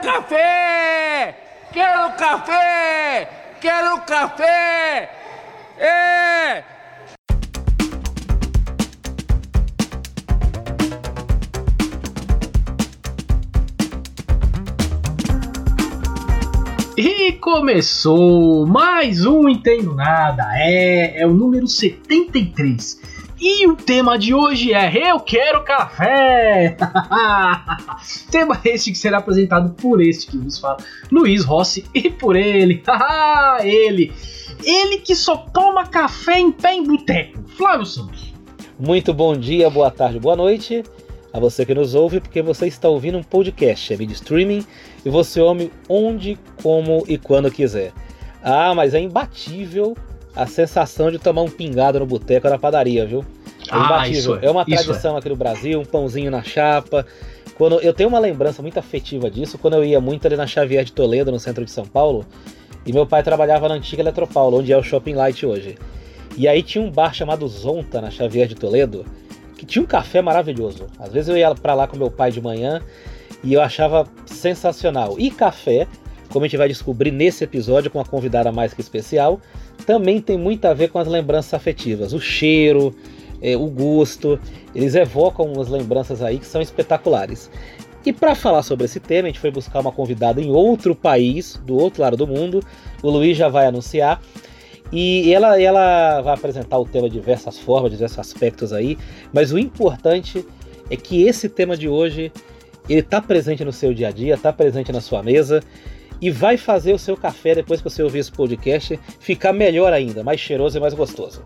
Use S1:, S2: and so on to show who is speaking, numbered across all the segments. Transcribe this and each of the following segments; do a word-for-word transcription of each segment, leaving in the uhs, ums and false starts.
S1: café! Quero café! Quero café! É!
S2: E começou mais um Entendo Nada, é, é o número setenta e três. E o tema de hoje é Eu Quero Café! Tema este que será apresentado por este que vos fala, Luiz Rossi, e por ele, ele, ele que só toma café em pé em boteco, Flávio Santos.
S3: Muito bom dia, boa tarde, boa noite a você que nos ouve, porque você está ouvindo um podcast, é vídeo streaming, e você ouve onde, como e quando quiser. Ah, mas é imbatível a sensação de tomar um pingado no boteco ou na padaria, viu? É
S2: ah,
S3: imbatível.
S2: é,
S3: é uma tradição é. aqui no Brasil, um pãozinho na chapa. Quando, eu tenho uma lembrança muito afetiva disso, quando eu ia muito ali na Xavier de Toledo, no centro de São Paulo, e meu pai trabalhava na antiga Eletropaulo, onde é o Shopping Light hoje. E aí tinha um bar chamado Zonta, na Xavier de Toledo, que tinha um café maravilhoso. Às vezes eu ia pra lá com meu pai de manhã e eu achava sensacional. E café, como a gente vai descobrir nesse episódio com uma convidada mais que especial, também tem muito a ver com as lembranças afetivas. O cheiro, é, o gosto, eles evocam umas lembranças aí que são espetaculares. E para falar sobre esse tema, a gente foi buscar uma convidada em outro país, do outro lado do mundo. O Luiz já vai anunciar. E ela, ela vai apresentar o tema de diversas formas, de diversos aspectos aí, mas o importante é que esse tema de hoje, ele está presente no seu dia a dia, está presente na sua mesa e vai fazer o seu café, depois que você ouvir esse podcast, ficar melhor ainda, mais cheiroso e mais gostoso.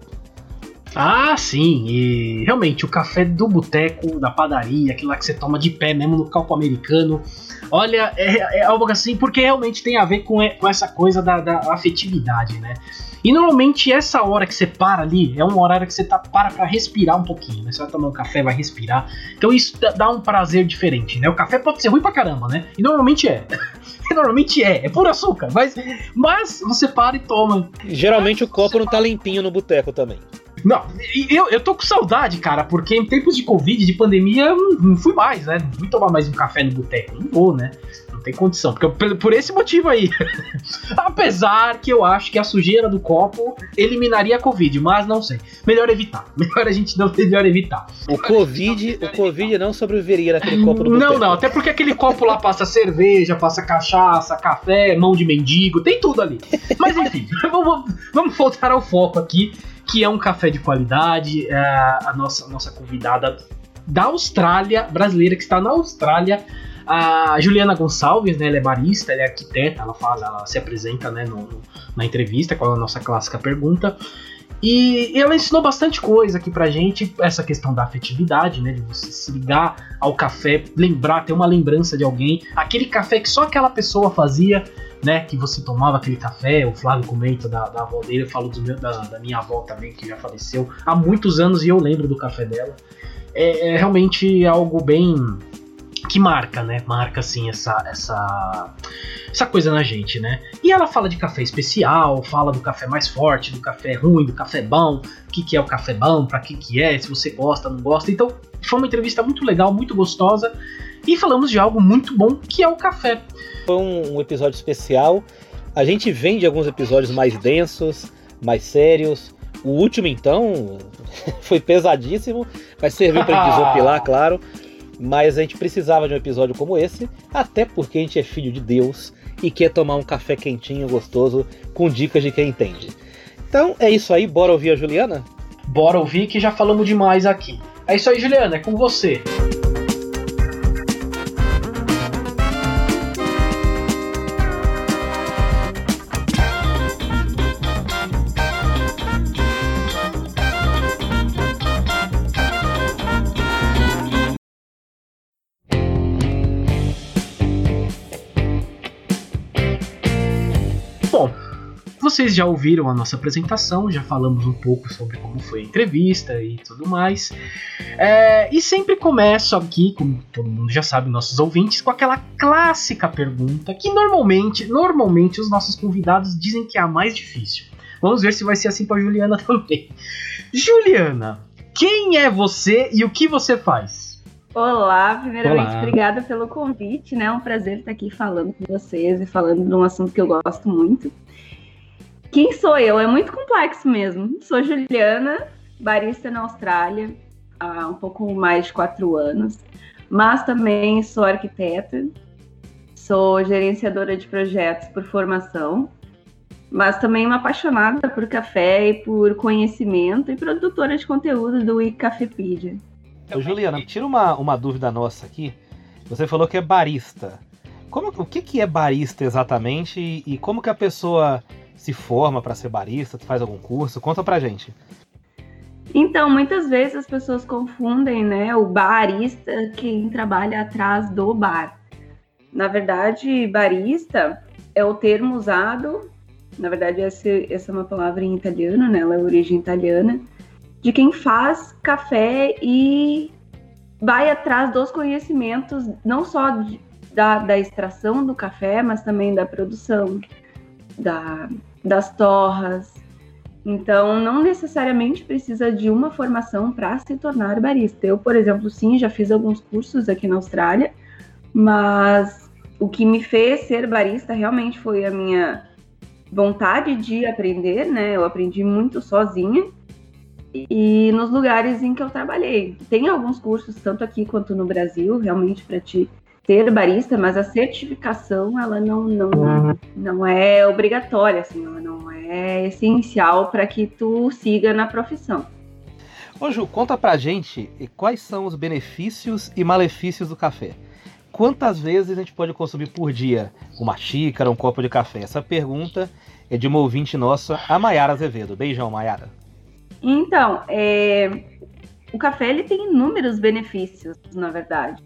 S2: Ah, sim, e realmente o café do boteco, da padaria, aquilo lá que você toma de pé mesmo no copo americano, olha, é, é algo assim, porque realmente tem a ver com, com essa coisa da, da afetividade, né? E normalmente essa hora que você para ali é um horário que você tá, para pra respirar um pouquinho, né? Você vai tomar um café, vai respirar, então isso dá um prazer diferente, né? O café pode ser ruim pra caramba, né? E normalmente é. Normalmente é, é puro açúcar, mas, mas você para e toma.
S3: Geralmente o copo não tá limpinho no boteco também.
S2: Não, eu, eu tô com saudade, cara, porque em tempos de Covid, de pandemia, eu não, não fui mais, né? Não fui tomar mais um café no boteco, não vou, né? Não tem condição, porque eu, por, por esse motivo aí. Apesar que eu acho que a sujeira do copo eliminaria a Covid, mas não sei. Melhor evitar, melhor a gente não melhor evitar.
S3: O Covid, o Covid não sobreviveria naquele copo do boteco.
S2: Não, não, até porque aquele copo lá passa cerveja, passa cachaça, café, mão de mendigo, tem tudo ali. Mas enfim, vamos, vamos voltar ao foco aqui, que é um café de qualidade. É a nossa, nossa convidada da Austrália, brasileira que está na Austrália, a Juliana Gonçalves, né? Ela é barista, ela é arquiteta, ela fala, ela se apresenta, né, no, no, na entrevista com a nossa clássica pergunta. E ela ensinou bastante coisa aqui pra gente, essa questão da afetividade, né, de você se ligar ao café, lembrar, ter uma lembrança de alguém, aquele café que só aquela pessoa fazia, né, que você tomava aquele café. O Flávio comenta da, da avó dele, eu falo do meu, da, da minha avó também, que já faleceu há muitos anos e eu lembro do café dela. É, é realmente algo bem... que marca, né? Marca, assim, essa, essa, essa coisa na gente, né? E ela fala de café especial, fala do café mais forte, do café ruim, do café bom, o que, que é o café bom, pra que que é, se você gosta, não gosta. Então, foi uma entrevista muito legal, muito gostosa, e falamos de algo muito bom, que é o café.
S3: Foi um, um episódio especial. A gente vem de alguns episódios mais densos, mais sérios. O último, então, foi pesadíssimo, mas serviu pra desopilar, claro. Mas a gente precisava de um episódio como esse, até porque a gente é filho de Deus e quer tomar um café quentinho, gostoso, com dicas de quem entende. Então é isso aí, bora ouvir a Juliana?
S2: Bora ouvir, que já falamos demais aqui. É isso aí, Juliana, é com você. Bom, vocês já ouviram a nossa apresentação, já falamos um pouco sobre como foi a entrevista e tudo mais. É, e sempre começo aqui, como todo mundo já sabe, nossos ouvintes, com aquela clássica pergunta que normalmente, normalmente os nossos convidados dizem que é a mais difícil. Vamos ver se vai ser assim para Juliana também. Juliana, quem é você e o que você faz?
S4: Olá, primeiramente,
S2: Olá.
S4: Obrigada pelo convite, né? É um prazer estar aqui falando com vocês e falando de um assunto que eu gosto muito. Quem sou eu? É muito complexo mesmo. Sou Juliana, barista na Austrália há um pouco mais de quatro anos, mas também sou arquiteta, sou gerenciadora de projetos por formação, mas também uma apaixonada por café e por conhecimento e produtora de conteúdo do iCafepedia.
S3: Ô, Juliana, tira uma, uma dúvida nossa aqui. Você falou que é barista. Como, o que, que é barista exatamente e, e como que a pessoa se forma para ser barista? Faz algum curso? Conta pra gente.
S4: Então, muitas vezes as pessoas confundem, né, o barista, quem trabalha atrás do bar. Na verdade, barista é o termo usado, na verdade essa, essa é uma palavra em italiano, né, ela é origem italiana, de quem faz café e vai atrás dos conhecimentos, não só de, da, da extração do café, mas também da produção, da, das torras. Então, não necessariamente precisa de uma formação para se tornar barista. Eu, por exemplo, sim, já fiz alguns cursos aqui na Austrália, mas o que me fez ser barista realmente foi a minha vontade de aprender, né? Eu aprendi muito sozinha e nos lugares em que eu trabalhei. Tem alguns cursos, tanto aqui quanto no Brasil, realmente para te ser barista, mas a certificação, ela não, não, não é obrigatória, assim, ela não é essencial para que tu siga na profissão.
S3: Ô Ju, conta pra gente quais são os benefícios e malefícios do café. Quantas vezes a gente pode consumir por dia uma xícara, um copo de café? Essa pergunta é de uma ouvinte nossa, a Maiara Azevedo. Beijão, Maiara.
S4: Então, é, o café ele tem inúmeros benefícios, na verdade.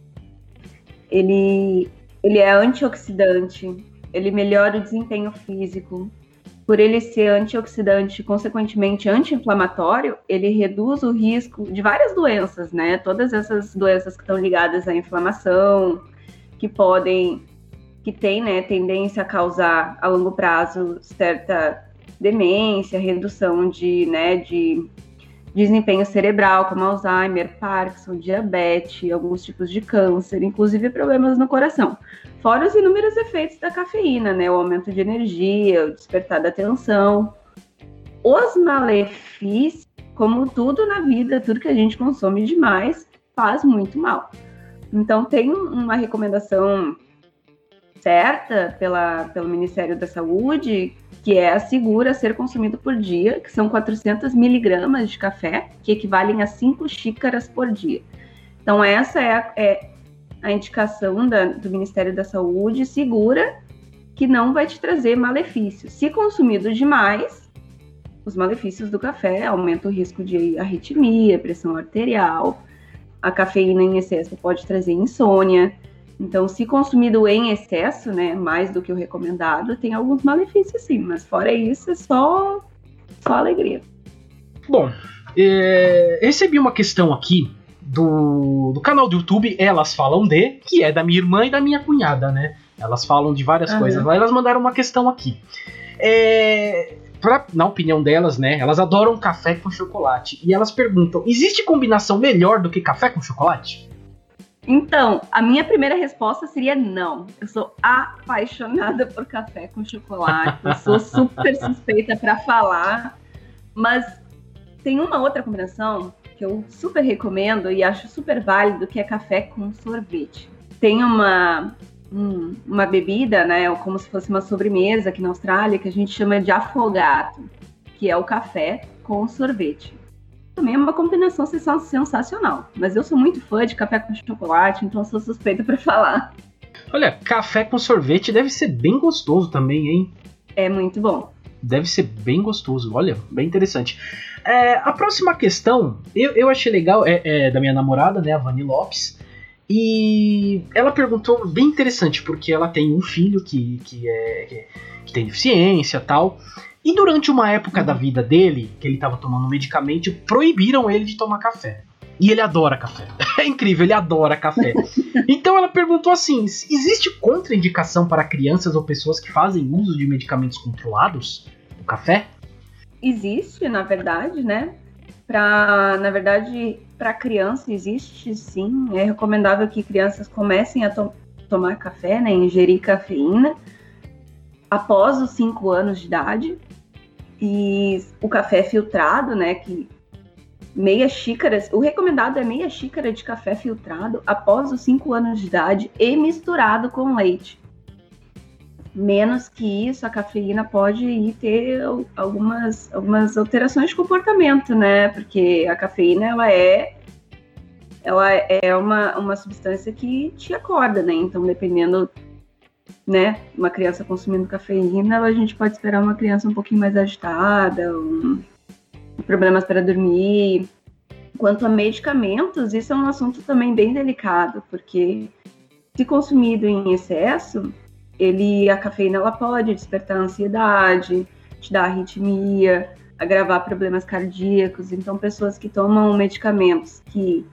S4: Ele, ele é antioxidante, ele melhora o desempenho físico. Por ele ser antioxidante e, consequentemente, anti-inflamatório, ele reduz o risco de várias doenças, né? Todas essas doenças que estão ligadas à inflamação, que podem, que tem, né, tendência a causar a longo prazo certa demência, redução de, né, de desempenho cerebral, como Alzheimer, Parkinson, diabetes, alguns tipos de câncer, inclusive problemas no coração. Fora os inúmeros efeitos da cafeína, né, o aumento de energia, o despertar da atenção. Os malefícios, como tudo na vida, tudo que a gente consome demais, faz muito mal. Então, tem uma recomendação certa pela, pelo Ministério da Saúde, que é a segura a ser consumido por dia, que são quatrocentos miligramas de café, que equivalem a cinco xícaras por dia. Então, essa é a, é a indicação da, do Ministério da Saúde, segura, que não vai te trazer malefícios. Se consumido demais, os malefícios do café aumentam o risco de arritmia, pressão arterial, a cafeína em excesso pode trazer insônia. Então, se consumido em excesso, né, mais do que o recomendado, tem alguns malefícios sim, mas fora isso é só, só alegria.
S2: Bom, é, recebi uma questão aqui do, do canal do YouTube Elas Falam De, que é da minha irmã e da minha cunhada, né? Elas falam de várias uhum. coisas lá, elas mandaram uma questão aqui. É, pra, na opinião delas, né, elas adoram café com chocolate, e elas perguntam, existe combinação melhor do que café com chocolate?
S4: Então, a minha primeira resposta seria não. Eu sou apaixonada por café com chocolate. Eu sou super suspeita para falar. Mas tem uma outra combinação que eu super recomendo e acho super válido, que é café com sorvete. Tem uma, um, uma bebida, né, como se fosse uma sobremesa aqui na Austrália, que a gente chama de affogato, que é o café com sorvete. Também é uma combinação sensacional, mas eu sou muito fã de café com chocolate, então sou suspeita para falar.
S2: Olha, café com sorvete deve ser bem gostoso também, hein?
S4: É muito bom.
S2: Deve ser bem gostoso, olha, bem interessante. É, a próxima questão, eu, eu achei legal, é, é da minha namorada, né, a Vani Lopes, e ela perguntou, bem interessante, porque ela tem um filho que, que, é, que, que tem deficiência e tal. E durante uma época da vida dele, que ele estava tomando um medicamento, proibiram ele de tomar café. E ele adora café. É incrível, ele adora café. Então ela perguntou assim, existe contraindicação para crianças ou pessoas que fazem uso de medicamentos controlados no café?
S4: Existe, na verdade, né? Pra, na verdade, para criança existe sim. É recomendável que crianças comecem a to- tomar café, né, ingerir cafeína após os cinco anos de idade. E o café filtrado, né, que meia xícara, o recomendado é meia xícara de café filtrado após os cinco anos de idade e misturado com leite. Menos que isso, a cafeína pode ir ter algumas, algumas alterações de comportamento, né? Porque a cafeína, ela é, ela é uma, uma substância que te acorda, né? Então, dependendo, né, uma criança consumindo cafeína, a gente pode esperar uma criança um pouquinho mais agitada, um, problemas para dormir. Quanto a medicamentos, isso é um assunto também bem delicado, porque se consumido em excesso, ele, a cafeína ela pode despertar ansiedade, te dar arritmia, agravar problemas cardíacos. Então, pessoas que tomam medicamentos que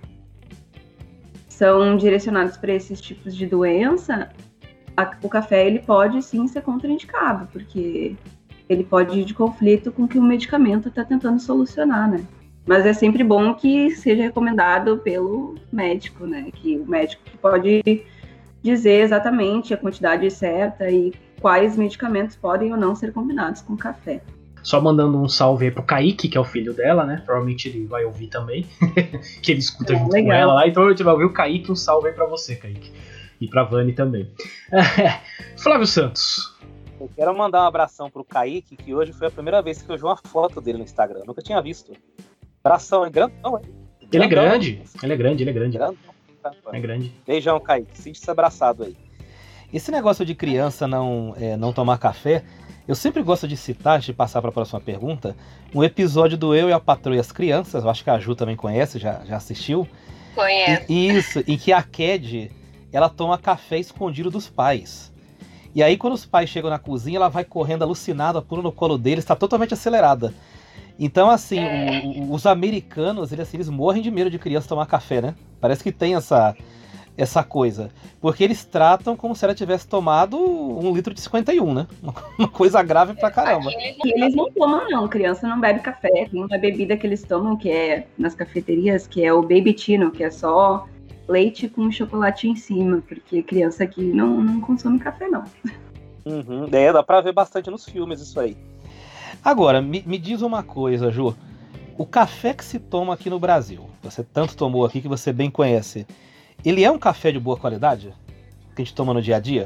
S4: são direcionados para esses tipos de doença, a, o café ele pode sim ser contraindicado, porque ele pode ir de conflito com o que o medicamento está tentando solucionar, né? Mas é sempre bom que seja recomendado pelo médico, né? Que o médico pode dizer exatamente a quantidade certa e quais medicamentos podem ou não ser combinados com café.
S2: Só mandando um salve aí pro Kaique, que é o filho dela, né? Provavelmente ele vai ouvir também, que ele escuta é, junto legal. com ela lá. Então a gente vai ouvir o Kaique, um salve aí pra você, Kaique. E pra Vani também. Flávio Santos.
S3: Eu quero mandar um abração pro Kaique, que hoje foi a primeira vez que eu vi uma foto dele no Instagram. Eu nunca tinha visto. Abração, é grandão, é?
S2: Ele é grande, ele é grande, ele é grande.
S3: Grandão.
S2: É grande.
S3: Beijão, Kaique. Sinta-se abraçado aí. Esse negócio de criança não, é, não tomar café, eu sempre gosto de citar, antes de passar para a próxima pergunta, um episódio do Eu e a Patroa e as Crianças, eu acho que a Ju também conhece, já, já assistiu.
S5: Conhece.
S3: E, isso, em que a Ked, ela toma café escondido dos pais. E aí quando os pais chegam na cozinha, ela vai correndo alucinada, pula no colo deles, está totalmente acelerada. Então, assim, é. o, o, os americanos, eles, assim, eles morrem de medo de criança tomar café, né? Parece que tem essa, essa coisa. Porque eles tratam como se ela tivesse tomado um litro de cinquenta e um, né? Uma, uma coisa grave pra caramba.
S4: E eles não tomam, não. Criança não bebe café. Tem uma bebida que eles tomam, que é nas cafeterias, que é o Baby Tino, que é só leite com chocolate em cima. Porque criança aqui não, não consome café, não.
S3: Uhum. É, dá pra ver bastante nos filmes isso aí. Agora, me, me diz uma coisa, Ju. O café que se toma aqui no Brasil, você tanto tomou aqui que você bem conhece, ele é um café de boa qualidade? Que a gente toma no dia a dia?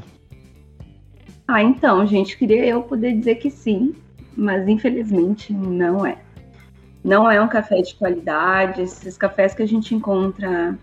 S4: Ah, então, gente, queria eu poder dizer que sim, mas infelizmente não é. Não é um café de qualidade. Esses cafés que a gente encontra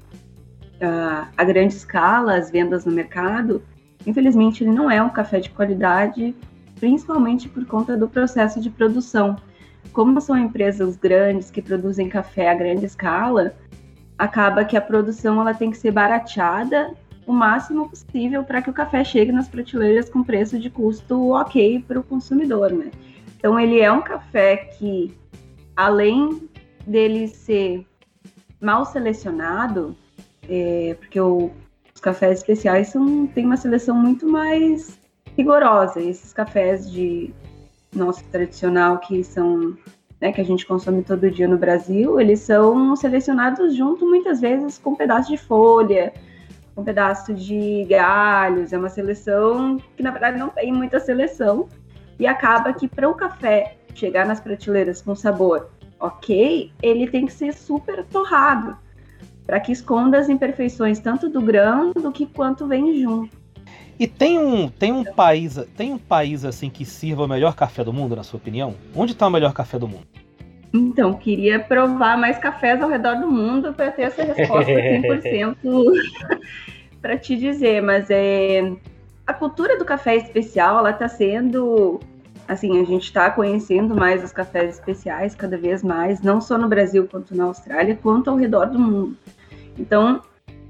S4: uh, a grande escala, as vendas no mercado, infelizmente ele não é um café de qualidade, principalmente por conta do processo de produção. Como são empresas grandes que produzem café a grande escala, acaba que a produção ela tem que ser barateada o máximo possível para que o café chegue nas prateleiras com preço de custo ok para o consumidor, né? Então ele é um café que, além dele ser mal selecionado, é, porque o, os cafés especiais são, tem uma seleção muito mais rigorosa. Esses cafés de nosso tradicional que são, né, que a gente consome todo dia no Brasil, eles são selecionados junto muitas vezes com um pedaço de folha, um pedaço de galhos. É uma seleção que na verdade não tem muita seleção e acaba que para o café chegar nas prateleiras com sabor ok, ele tem que ser super torrado para que esconda as imperfeições tanto do grão do que quanto vem junto.
S3: E tem um, tem um país, tem um país assim que sirva o melhor café do mundo, na sua opinião? Onde está o melhor café do mundo?
S4: Então, queria provar mais cafés ao redor do mundo para ter essa resposta cem por cento para te dizer, mas é, a cultura do café especial, ela está sendo, assim, a gente está conhecendo mais os cafés especiais cada vez mais, não só no Brasil quanto na Austrália, quanto ao redor do mundo. Então,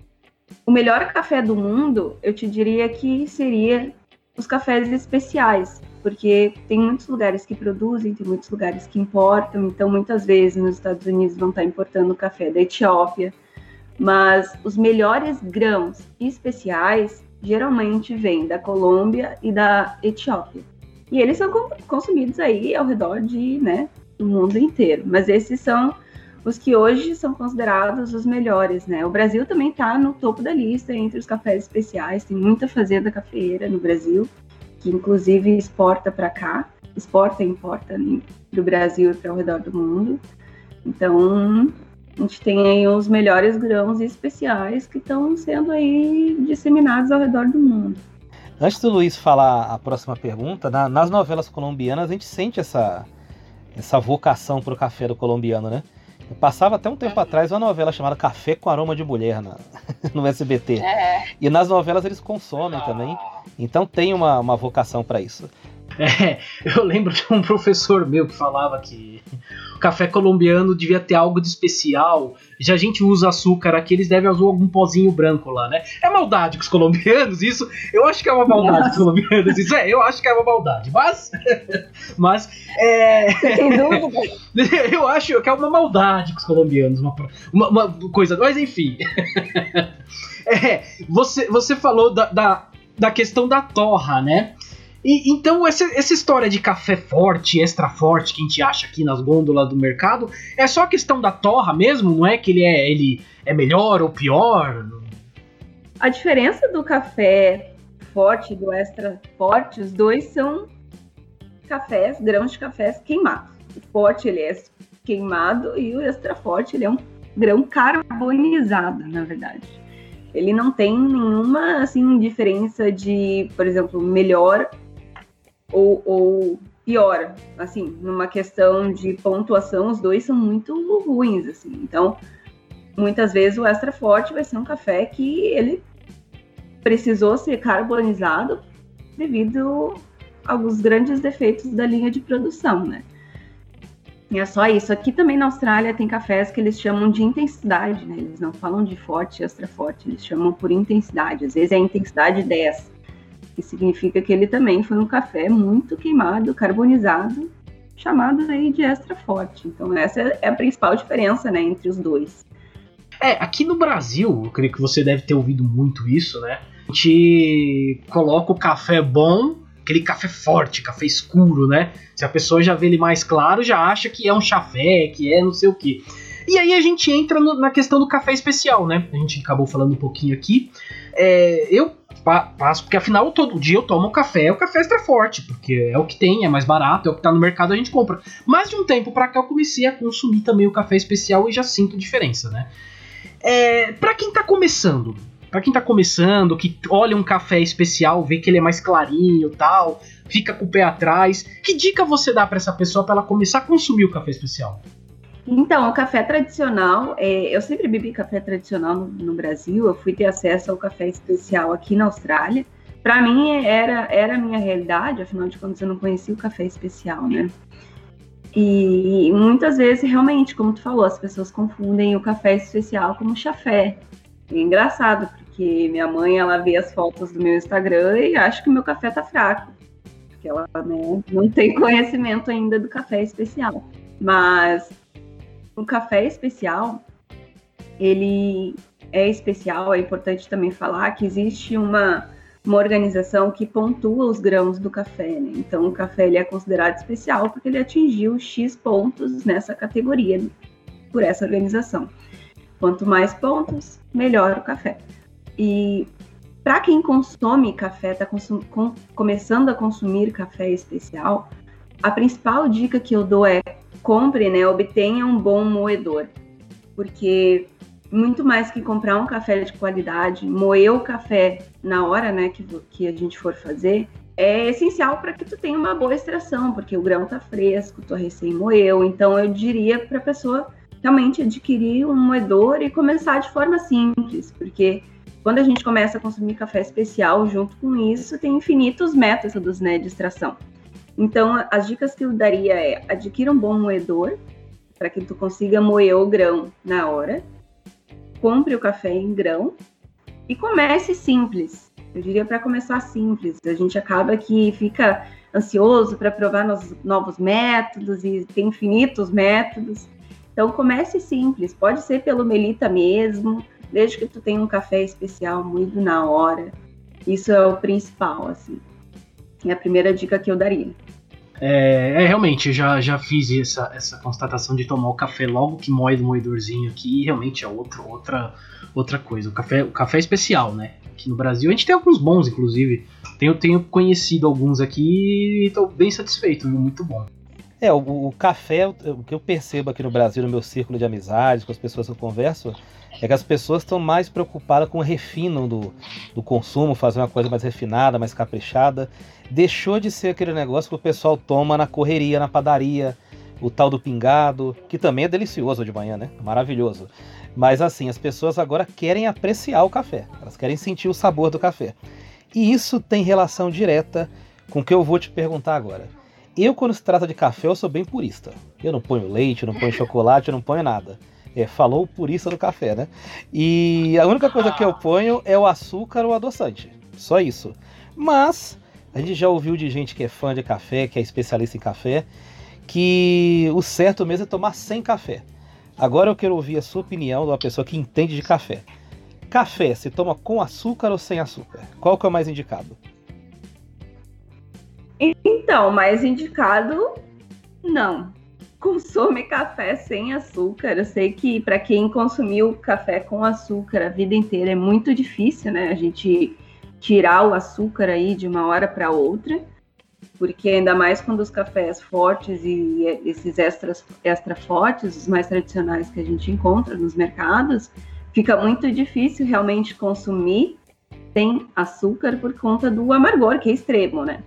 S4: o melhor café do mundo, eu te diria que seria os cafés especiais, porque tem muitos lugares que produzem, tem muitos lugares que importam, então muitas vezes nos Estados Unidos vão estar importando café da Etiópia, mas os melhores grãos especiais geralmente vêm da Colômbia e da Etiópia. E eles são consumidos aí ao redor de, né, do mundo inteiro, mas esses são os que hoje são considerados os melhores, né? O Brasil também está no topo da lista entre os cafés especiais, tem muita fazenda cafeeira no Brasil, que inclusive exporta para cá, exporta e importa do Brasil e para o redor do mundo. Então, a gente tem aí os melhores grãos especiais que estão sendo aí disseminados ao redor do mundo.
S3: Antes do Luiz falar a próxima pergunta, na, nas novelas colombianas a gente sente essa, essa vocação pro café do colombiano, né? Eu passava até um tempo atrás uma novela chamada Café com Aroma de Mulher na, no S B T.
S4: É.
S3: E nas novelas eles consomem também, então tem uma, uma vocação para isso.
S2: É, eu lembro de um professor meu que falava que o café colombiano devia ter algo de especial. Já a gente usa açúcar aqui, eles devem usar algum pozinho branco lá, né? É maldade com os colombianos, isso? Eu acho que é uma maldade com os colombianos, isso é, eu acho que é uma maldade, mas... mas, é...
S4: Sem dúvida.
S2: Eu acho que é uma maldade com os colombianos, uma, uma, uma coisa, mas enfim. É, você, você falou da, da, da questão da torra, né? E, então essa, essa história de café forte, extra forte, que a gente acha aqui nas gôndolas do mercado, é só a questão da torra mesmo? Não é que ele é, ele é melhor ou pior?
S4: A diferença do café forte e do extra forte, os dois são cafés, grãos de cafés queimados. O forte ele é queimado e o extra forte ele é um grão carbonizado, na verdade. Ele não tem nenhuma assim, diferença de, por exemplo, melhor ou, ou pior. Assim, numa questão de pontuação, os dois são muito ruins. Assim. Então, muitas vezes o extra forte vai ser um café que ele precisou ser carbonizado devido aos grandes defeitos da linha de produção, né? E é só isso. Aqui também na Austrália tem cafés que eles chamam de intensidade, né? Eles não falam de forte, extra forte, eles chamam por intensidade. Às vezes é a intensidade dez, que significa que ele também foi um café muito queimado, carbonizado, chamado aí de extra forte. Então essa é a principal diferença, né, entre os dois.
S2: É, aqui no Brasil, eu creio que você deve ter ouvido muito isso, né? A gente coloca o café bom, aquele café forte, café escuro, né? Se a pessoa já vê ele mais claro, já acha que é um chafé, que é não sei o quê. E aí a gente entra no, na questão do café especial, né? A gente acabou falando um pouquinho aqui. É, eu passo, porque afinal todo dia eu tomo café, é o café extra forte, porque é o que tem, é mais barato, é o que tá no mercado, a gente compra. Mas de um tempo pra cá eu comecei a consumir também o café especial e já sinto diferença, né? É, pra quem tá começando... Pra quem tá começando, que olha um café especial, vê que ele é mais clarinho e tal, fica com o pé atrás, que dica você dá pra essa pessoa pra ela começar a consumir o café especial?
S4: Então, o café tradicional, é, eu sempre bebi café tradicional no, no Brasil, eu fui ter acesso ao café especial aqui na Austrália. Pra mim era, era a minha realidade, afinal de contas eu não conhecia o café especial, né? E muitas vezes, realmente, como tu falou, as pessoas confundem o café especial como chafé. É engraçado, porque minha mãe, ela vê as fotos do meu Instagram e acha que o meu café tá fraco. Porque ela, né, não tem conhecimento ainda do café especial. Mas o café especial, ele é especial, é importante também falar que existe uma, uma organização que pontua os grãos do café, né? Então o café ele é considerado especial porque ele atingiu X pontos nessa categoria por essa organização. Quanto mais pontos, melhor o café. E para quem consome café, está consum- com, começando a consumir café especial, a principal dica que eu dou é compre, né, obtenha um bom moedor. Porque muito mais que comprar um café de qualidade, moer o café na hora, né, que, que a gente for fazer, é essencial para que tu tenha uma boa extração, porque o grão tá fresco, tu recém moeu. Então eu diria para a pessoa realmente adquirir um moedor e começar de forma simples, porque quando a gente começa a consumir café especial, junto com isso, tem infinitos métodos, né, de extração. Então, as dicas que eu daria é, adquira um bom moedor, para que tu consiga moer o grão na hora, compre o café em grão e comece simples. Eu diria para começar simples. A gente acaba que fica ansioso para provar nos novos métodos e tem infinitos métodos. Então, comece simples, pode ser pelo Melita mesmo, desde que tu tenha um café especial moído na hora. Isso é o principal, assim. É a primeira dica que eu daria.
S2: É, é realmente, eu já, já fiz essa, essa constatação de tomar o café logo que moe do moedorzinho aqui, e realmente é outro, outra, outra coisa. O café, o café é especial, né? Aqui no Brasil, a gente tem alguns bons, inclusive. Tenho, tenho conhecido alguns aqui e estou bem satisfeito, viu? Muito bom.
S3: É, o, o café, o que eu percebo aqui no Brasil, no meu círculo de amizades, com as pessoas que eu converso, é que as pessoas estão mais preocupadas com o refino do, do consumo, fazer uma coisa mais refinada, mais caprichada. Deixou de ser aquele negócio que o pessoal toma na correria, na padaria, o tal do pingado, que também é delicioso de manhã, né? Maravilhoso. Mas assim, as pessoas agora querem apreciar o café, elas querem sentir o sabor do café. E isso tem relação direta com o que eu vou te perguntar agora. Eu, quando se trata de café, eu sou bem purista. Eu não ponho leite, eu não ponho chocolate, eu não ponho nada. É, falou o purista do café, né? E a única coisa que eu ponho é o açúcar ou o adoçante. Só isso. Mas a gente já ouviu de gente que é fã de café, que é especialista em café, que o certo mesmo é tomar sem café. Agora eu quero ouvir a sua opinião de uma pessoa que entende de café. Café se toma com açúcar ou sem açúcar? Qual que é o mais indicado?
S4: Então, mais indicado, não. Consome café sem açúcar. Eu sei que para quem consumiu café com açúcar a vida inteira é muito difícil, né? A gente tirar o açúcar aí de uma hora para outra, porque ainda mais quando os cafés fortes e esses extras, extra fortes, os mais tradicionais que a gente encontra nos mercados, fica muito difícil realmente consumir sem açúcar por conta do amargor, que é extremo, né?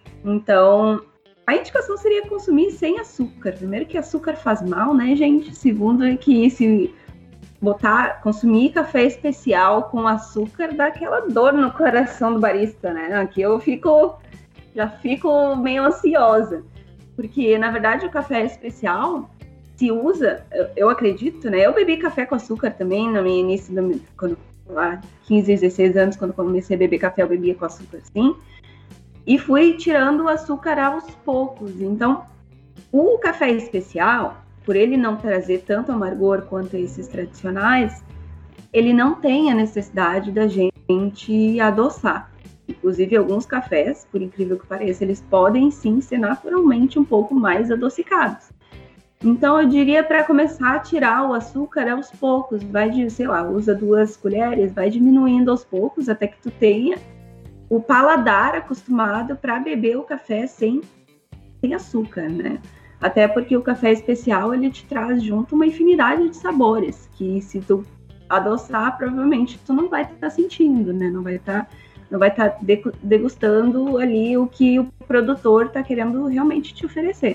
S4: Então, a indicação seria consumir sem açúcar. Primeiro que açúcar faz mal, né, gente? Segundo é que se botar, consumir café especial com açúcar dá aquela dor no coração do barista, né? Aqui eu fico, já fico meio ansiosa. Porque, na verdade, o café especial se usa, eu, eu acredito, né? Eu bebi café com açúcar também no meu início, do, quando, lá, quinze, dezesseis anos, quando comecei a beber café, eu bebia com açúcar, sim. E fui tirando o açúcar aos poucos. Então, o café especial, por ele não trazer tanto amargor quanto esses tradicionais, ele não tem a necessidade da gente adoçar. Inclusive, alguns cafés, por incrível que pareça, eles podem sim ser naturalmente um pouco mais adocicados. Então, eu diria para começar a tirar o açúcar aos poucos. Vai de, sei lá, usa duas colheres, vai diminuindo aos poucos até que tu tenha o paladar acostumado para beber o café sem, sem açúcar, né? Até porque o café especial, ele te traz junto uma infinidade de sabores, que se tu adoçar, provavelmente tu não vai estar tá sentindo, né? Não vai estar tá, não vai estar tá degustando ali o que o produtor está querendo realmente te oferecer.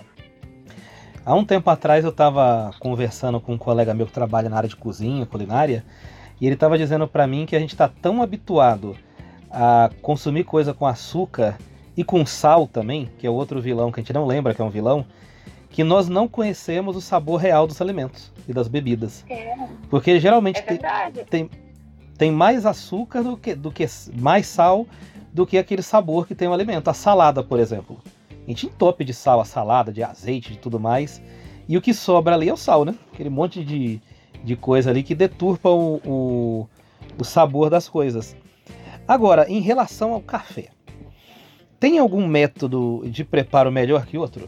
S3: Há um tempo atrás eu estava conversando com um colega meu que trabalha na área de cozinha, culinária, e ele estava dizendo para mim que a gente está tão habituado a consumir coisa com açúcar e com sal também, que é outro vilão que a gente não lembra que é um vilão, que nós não conhecemos o sabor real dos alimentos e das bebidas. É. Porque geralmente é tem, tem, tem mais açúcar do que, do que mais sal do que aquele sabor que tem o alimento. A salada, por exemplo. A gente entope de sal a salada, de azeite, de tudo mais. E o que sobra ali é o sal, né? Aquele monte de, de coisa ali que deturpa o, o, o sabor das coisas. Agora, em relação ao café, tem algum método de preparo melhor que outro?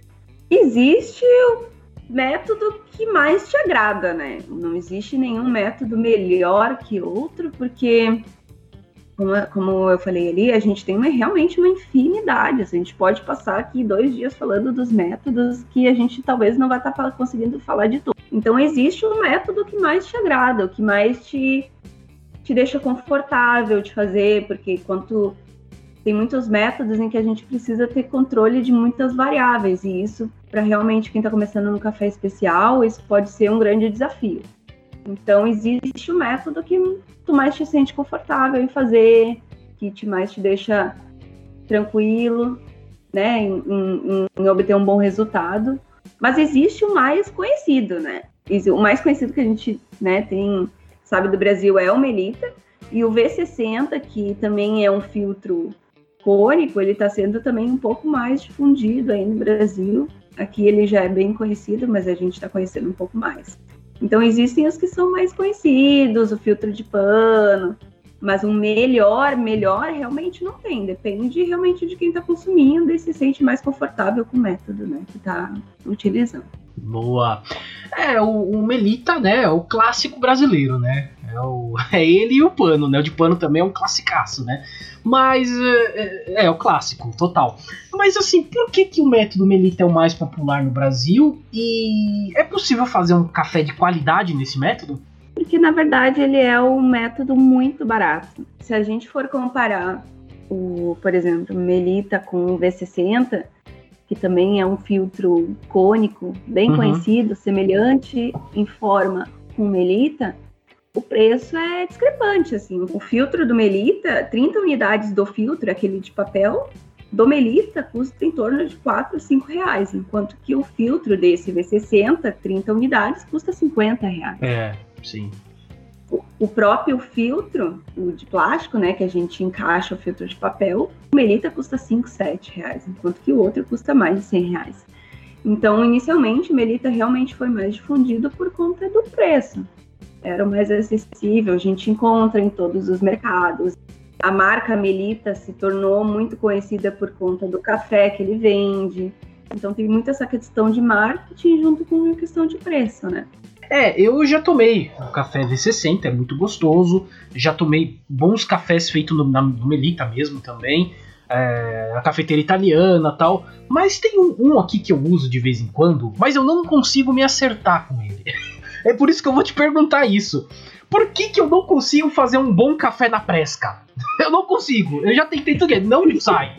S4: Existe o método que mais te agrada, né? Não existe nenhum método melhor que outro, porque, como, como eu falei ali, a gente tem uma, realmente uma infinidade. A gente pode passar aqui dois dias falando dos métodos que a gente talvez não vai estar conseguindo falar de tudo. Então, existe um método que mais te agrada, o que mais te... te deixa confortável de fazer, porque quanto tem muitos métodos em que a gente precisa ter controle de muitas variáveis, e isso, para realmente quem está começando no café especial, isso pode ser um grande desafio. Então, existe o método que tu mais te sente confortável em fazer, que te mais te deixa tranquilo, né, em, em, em obter um bom resultado. Mas existe o mais conhecido, né? O mais conhecido que a gente, né, tem... sabe, do Brasil é o Melita, e o V sessenta, que também é um filtro cônico, ele está sendo também um pouco mais difundido aí no Brasil. Aqui ele já é bem conhecido, mas a gente está conhecendo um pouco mais. Então existem os que são mais conhecidos, o filtro de pano, Mas um melhor, melhor realmente não tem. Depende realmente de quem está consumindo e se sente mais confortável com o método, né, que está utilizando.
S2: Boa. É, o, o Melita, né, é o clássico brasileiro, né? É, o, é ele e o pano, né? O de pano também é um classicaço, né? Mas é, é o clássico, total. Mas assim, por que, que o método Melita é o mais popular no Brasil? E é possível fazer um café de qualidade nesse método?
S4: Porque, na verdade, ele é um método muito barato. Se a gente for comparar, o, por exemplo, o Melita com o V sessenta, que também é um filtro cônico, bem uhum. conhecido, semelhante em forma com o Melita, o preço é discrepante. Assim. O filtro do Melita, trinta unidades do filtro, aquele de papel, do Melita custa em torno de quatro, cinco reais, enquanto que o filtro desse V sessenta, trinta unidades, custa cinquenta reais.
S2: É. Sim.
S4: O, o próprio filtro, o de plástico, né, que a gente encaixa o filtro de papel, o Melita custa cinco, sete reais, enquanto que o outro custa mais de cem reais. Então, inicialmente, o Melita realmente foi mais difundido por conta do preço. Era o mais acessível, a gente encontra em todos os mercados. A marca Melita se tornou muito conhecida por conta do café que ele vende. Então, tem muito essa questão de marketing junto com a questão de preço, né?
S2: É, eu já tomei o café V sessenta, é muito gostoso. Já tomei bons cafés feitos no, na, no Melita mesmo também. É, a cafeteira italiana e tal. Mas tem um, um aqui que eu uso de vez em quando, mas eu não consigo me acertar com ele. É por isso que eu vou te perguntar isso. Por que, que eu não consigo fazer um bom café na Presca? Eu não consigo. Eu já tentei tudo, não sai.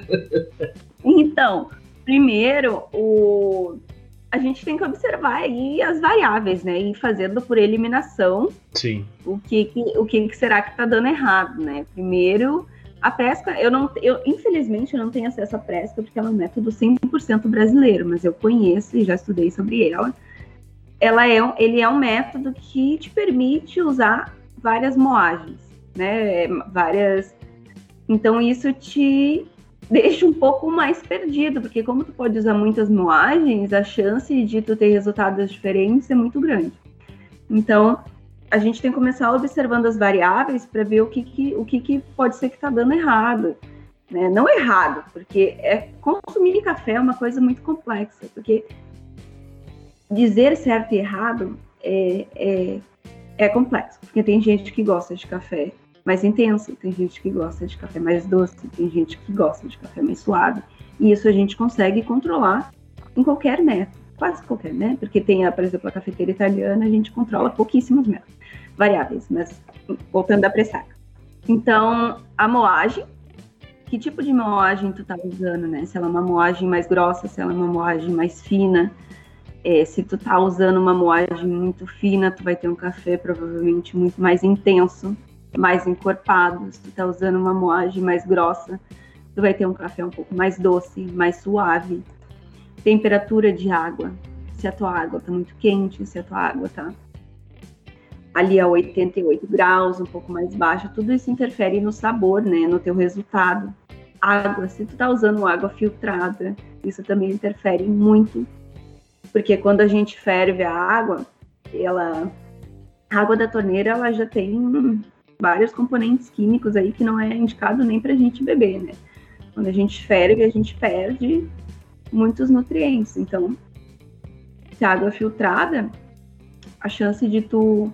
S4: Então, primeiro, o... a gente tem que observar aí as variáveis, né? E fazendo por eliminação.
S2: Sim.
S4: O que, que, o que, que será que tá dando errado, né? Primeiro, a Presca, eu não, eu, infelizmente, eu não tenho acesso à Presca porque ela é um método cem por cento brasileiro, mas eu conheço e já estudei sobre ela. Ela é, ele é um método que te permite usar várias moagens, né? Várias. Então, isso te deixa um pouco mais perdido, porque como tu pode usar muitas moagens, a chance de tu ter resultados diferentes é muito grande. Então, a gente tem que começar observando as variáveis para ver o que, que, o que, que pode ser que está dando errado. Né? Não errado, porque é, consumir café é uma coisa muito complexa, porque dizer certo e errado é, é, é complexo, porque tem gente que gosta de café mais intenso, tem gente que gosta de café mais doce, tem gente que gosta de café mais suave, e isso a gente consegue controlar em qualquer método, quase qualquer, né? Porque tem, a, por exemplo, a cafeteira italiana, a gente controla pouquíssimos métodos, variáveis, mas voltando da pressaca. Então, a moagem, que tipo de moagem tu tá usando, né? Se ela é uma moagem mais grossa, se ela é uma moagem mais fina, é, se tu tá usando uma moagem muito fina, tu vai ter um café provavelmente muito mais intenso, mais encorpado. Se tu tá usando uma moagem mais grossa, tu vai ter um café um pouco mais doce, mais suave. Temperatura de água, se a tua água tá muito quente, se a tua água tá ali a oitenta e oito graus, um pouco mais baixa, tudo isso interfere no sabor, né, no teu resultado. Água, se tu tá usando água filtrada, isso também interfere muito, porque quando a gente ferve a água, ela, a água da torneira, ela já tem vários componentes químicos aí que não é indicado nem pra gente beber, né? Quando a gente ferve, a gente perde muitos nutrientes. Então, se a água é filtrada, a chance de tu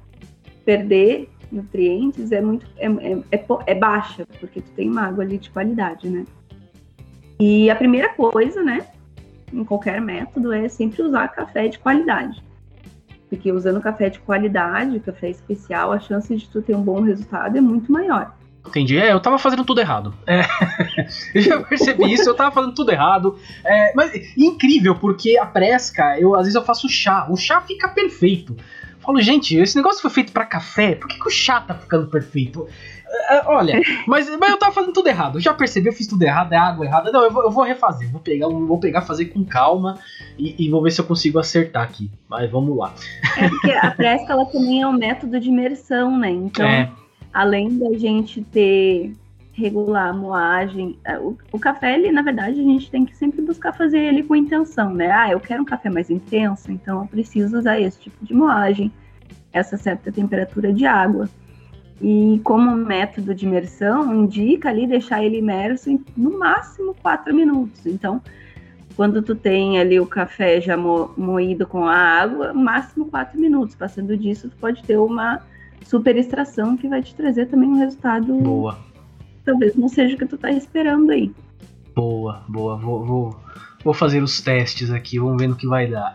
S4: perder nutrientes é muito é, é, é, é baixa, porque tu tem uma água ali de qualidade, né? E a primeira coisa, né, em qualquer método, é sempre usar café de qualidade. Porque usando café de qualidade, café especial, a chance de tu ter um bom resultado é muito maior.
S2: Entendi, é, eu tava fazendo tudo errado. É, eu já percebi isso, eu tava fazendo tudo errado. É, mas incrível, porque a Presca, eu, às vezes eu faço chá, o chá fica perfeito. Eu falo, gente, esse negócio foi feito pra café, por que, que o chá tá ficando perfeito? É, olha, mas, mas eu tava fazendo tudo errado, eu já percebi, eu fiz tudo errado, é água errada. Não, eu vou, eu vou refazer, vou pegar, vou pegar, fazer com calma e, e vou ver se eu consigo acertar aqui. Mas vamos lá.
S4: É porque a Presca, ela também é um método de imersão, né? Então, é. Além da gente ter, regular a moagem, o, o café, ele, na verdade, a gente tem que sempre buscar fazer ele com intenção, né? Ah, eu quero um café mais intenso, então eu preciso usar esse tipo de moagem, essa certa temperatura de água. E como método de imersão, indica ali deixar ele imerso em no máximo quatro minutos. Então, quando tu tem ali o café já mo- moído com a água, máximo quatro minutos. Passando disso, tu pode ter uma super extração que vai te trazer também um resultado.
S2: Boa.
S4: Talvez não seja o que tu tá esperando aí.
S2: Boa, boa. Vou, vou, vou fazer os testes aqui, vamos ver no que vai dar.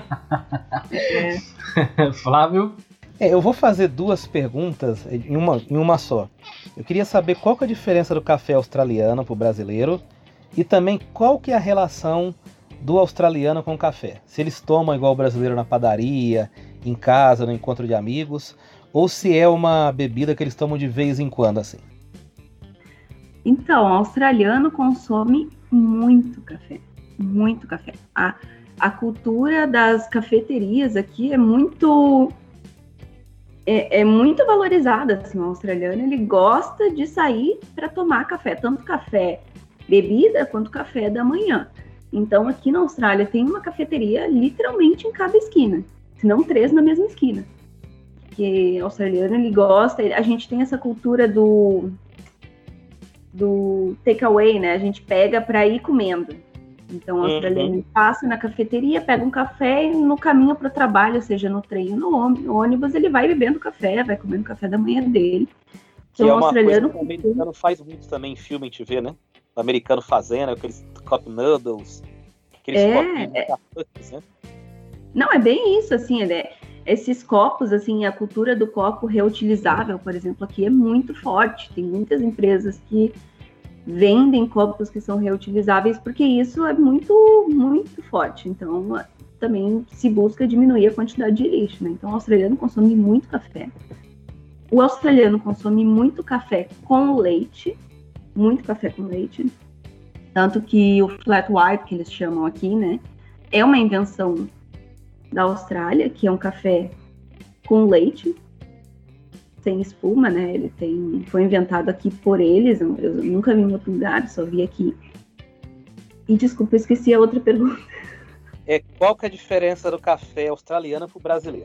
S4: É.
S2: Flávio?
S3: É, eu vou fazer duas perguntas em uma, em uma só. Eu queria saber qual que é a diferença do café australiano para o brasileiro e também qual que é a relação do australiano com o café. Se eles tomam igual o brasileiro na padaria, em casa, no encontro de amigos, ou se é uma bebida que eles tomam de vez em quando, assim.
S4: Então, o australiano consome muito café, muito café. A, a cultura das cafeterias aqui é muito é, é muito valorizada. Assim, o australiano ele gosta de sair para tomar café, tanto café bebida quanto café da manhã. Então, aqui na Austrália tem uma cafeteria literalmente em cada esquina, se não três na mesma esquina. Porque o australiano ele gosta, a gente tem essa cultura do do takeaway, né? A gente pega para ir comendo. Então, o australiano uhum. passa na cafeteria, pega um café e no caminho para o trabalho, seja no trem ou no ônibus, ele vai bebendo café, vai comendo café da manhã dele.
S3: Então, que é uma australiano... coisa que o americano faz muito também em filme, a gente vê, né? O americano fazendo, aqueles cup noodles, aqueles
S4: é,
S3: copinhos,
S4: é...
S3: né?
S4: Não, é bem isso, assim, ele é... esses copos, assim, a cultura do copo reutilizável, por exemplo, aqui é muito forte. Tem muitas empresas que vendem copos que são reutilizáveis porque isso é muito, muito forte. Então, também se busca diminuir a quantidade de lixo, né? Então, o australiano consome muito café. O australiano consome muito café com leite, muito café com leite. Tanto que o flat white, que eles chamam aqui, né, é uma invenção da Austrália, que é um café com leite, sem espuma, né? Ele tem, foi inventado aqui por eles, eu, eu nunca vi em outro lugar, só vi aqui. E desculpa, eu esqueci a outra pergunta.
S3: É, qual que é a diferença do café australiano para o brasileiro?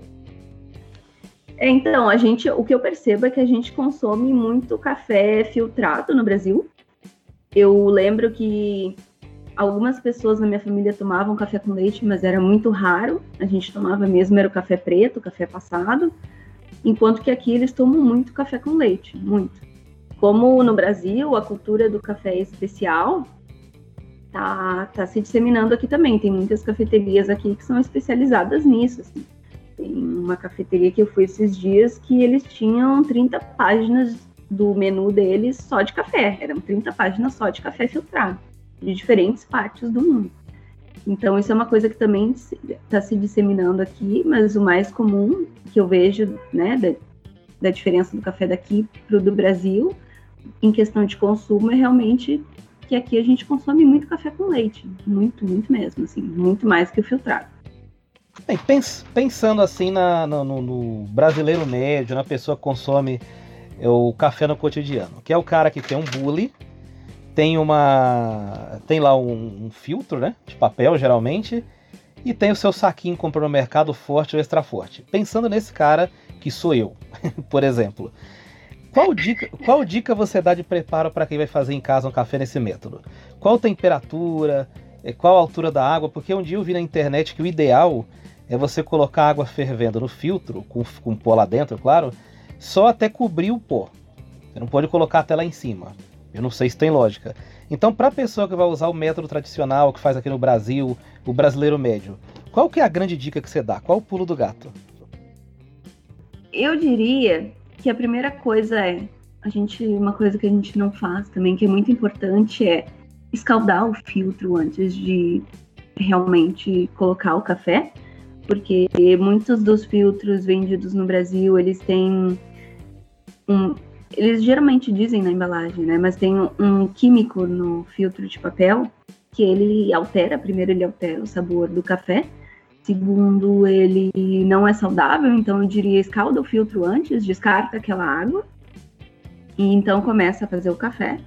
S4: É, então, a gente, o que eu percebo é que a gente consome muito café filtrado no Brasil. Eu lembro que algumas pessoas na minha família tomavam café com leite, mas era muito raro. A gente tomava mesmo, era o café preto, o café passado. Enquanto que aqui eles tomam muito café com leite, muito. Como no Brasil, a cultura do café especial tá, tá se disseminando aqui também. Tem muitas cafeterias aqui que são especializadas nisso, assim. Tem uma cafeteria que eu fui esses dias que eles tinham trinta páginas do menu deles só de café. Eram trinta páginas só de café filtrado, de diferentes partes do mundo. Então, isso é uma coisa que também está se disseminando aqui, mas o mais comum que eu vejo, né, da, da diferença do café daqui para o do Brasil, em questão de consumo, é realmente que aqui a gente consome muito café com leite. Muito, muito mesmo, assim, muito mais que o filtrado.
S3: Bem, pens, pensando assim na, no, no brasileiro médio, na pessoa que consome o café no cotidiano, que é o cara que tem um bule, tem uma tem lá um, um filtro, né, de papel geralmente, e tem o seu saquinho que comprou no mercado forte ou extra forte. Pensando nesse cara que sou eu, por exemplo, qual dica, qual dica você dá de preparo para quem vai fazer em casa um café nesse método? Qual temperatura, qual a altura da água? Porque um dia eu vi na internet que o ideal é você colocar água fervendo no filtro, com, com pó lá dentro, claro, só até cobrir o pó. Você não pode colocar até lá em cima. Eu não sei se tem lógica. Então, para a pessoa que vai usar o método tradicional que faz aqui no Brasil, o brasileiro médio, qual que é a grande dica que você dá? Qual o pulo do gato?
S4: Eu diria que a primeira coisa é, a gente, uma coisa que a gente não faz também, que é muito importante, é escaldar o filtro antes de realmente colocar o café, porque muitos dos filtros vendidos no Brasil, eles têm um... Eles geralmente dizem na embalagem, né? Mas tem um, um químico no filtro de papel que ele altera. Primeiro, ele altera o sabor do café. Segundo, ele não é saudável. Então, eu diria, escalda o filtro antes, descarta aquela água. E então, começa a fazer o café.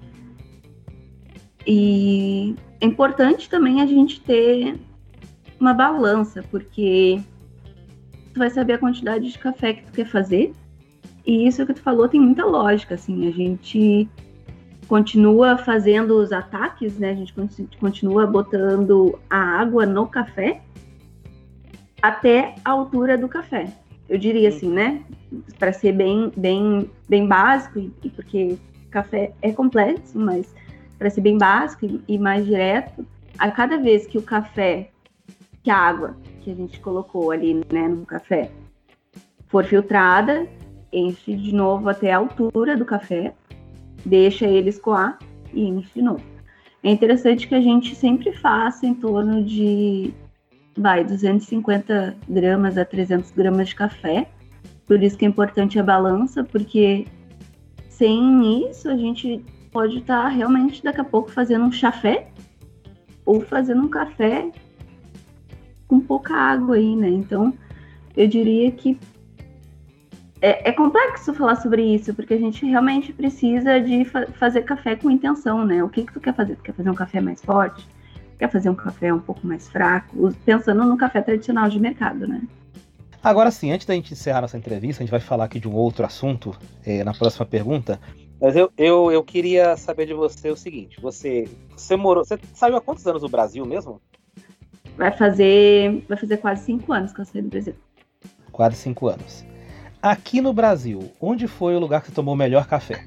S4: E é importante também a gente ter uma balança, porque tu vai saber a quantidade de café que tu quer fazer. E isso que tu falou tem muita lógica, assim, a gente continua fazendo os ataques, né? A gente continua botando a água no café até a altura do café. Eu diria assim, né? Para ser bem, bem, bem básico, e porque café é complexo, mas para ser bem básico e, e mais direto, a cada vez que o café, que a água que a gente colocou ali, né, no café, for filtrada, enche de novo até a altura do café, deixa ele escoar e enche de novo. É interessante que a gente sempre faça em torno de vai, duzentos e cinquenta gramas a trezentos gramas de café. Por isso que é importante a balança, porque sem isso a gente pode estar realmente daqui a pouco fazendo um chafé ou fazendo um café com pouca água aí, né? Então, eu diria que é, é complexo falar sobre isso, porque a gente realmente precisa de fa- fazer café com intenção, né? O que que tu quer fazer? Tu quer fazer um café mais forte? Quer fazer um café um pouco mais fraco? Pensando no café tradicional de mercado, né?
S3: Agora sim, antes da gente encerrar nossa entrevista, a gente vai falar aqui de um outro assunto é, na próxima pergunta. Mas eu, eu, eu queria saber de você o seguinte: você, você morou. Você saiu há quantos anos do Brasil mesmo?
S4: Vai fazer, vai fazer quase cinco anos que eu saí do Brasil.
S3: Quase cinco anos. Aqui no Brasil, onde foi o lugar que você tomou o melhor café?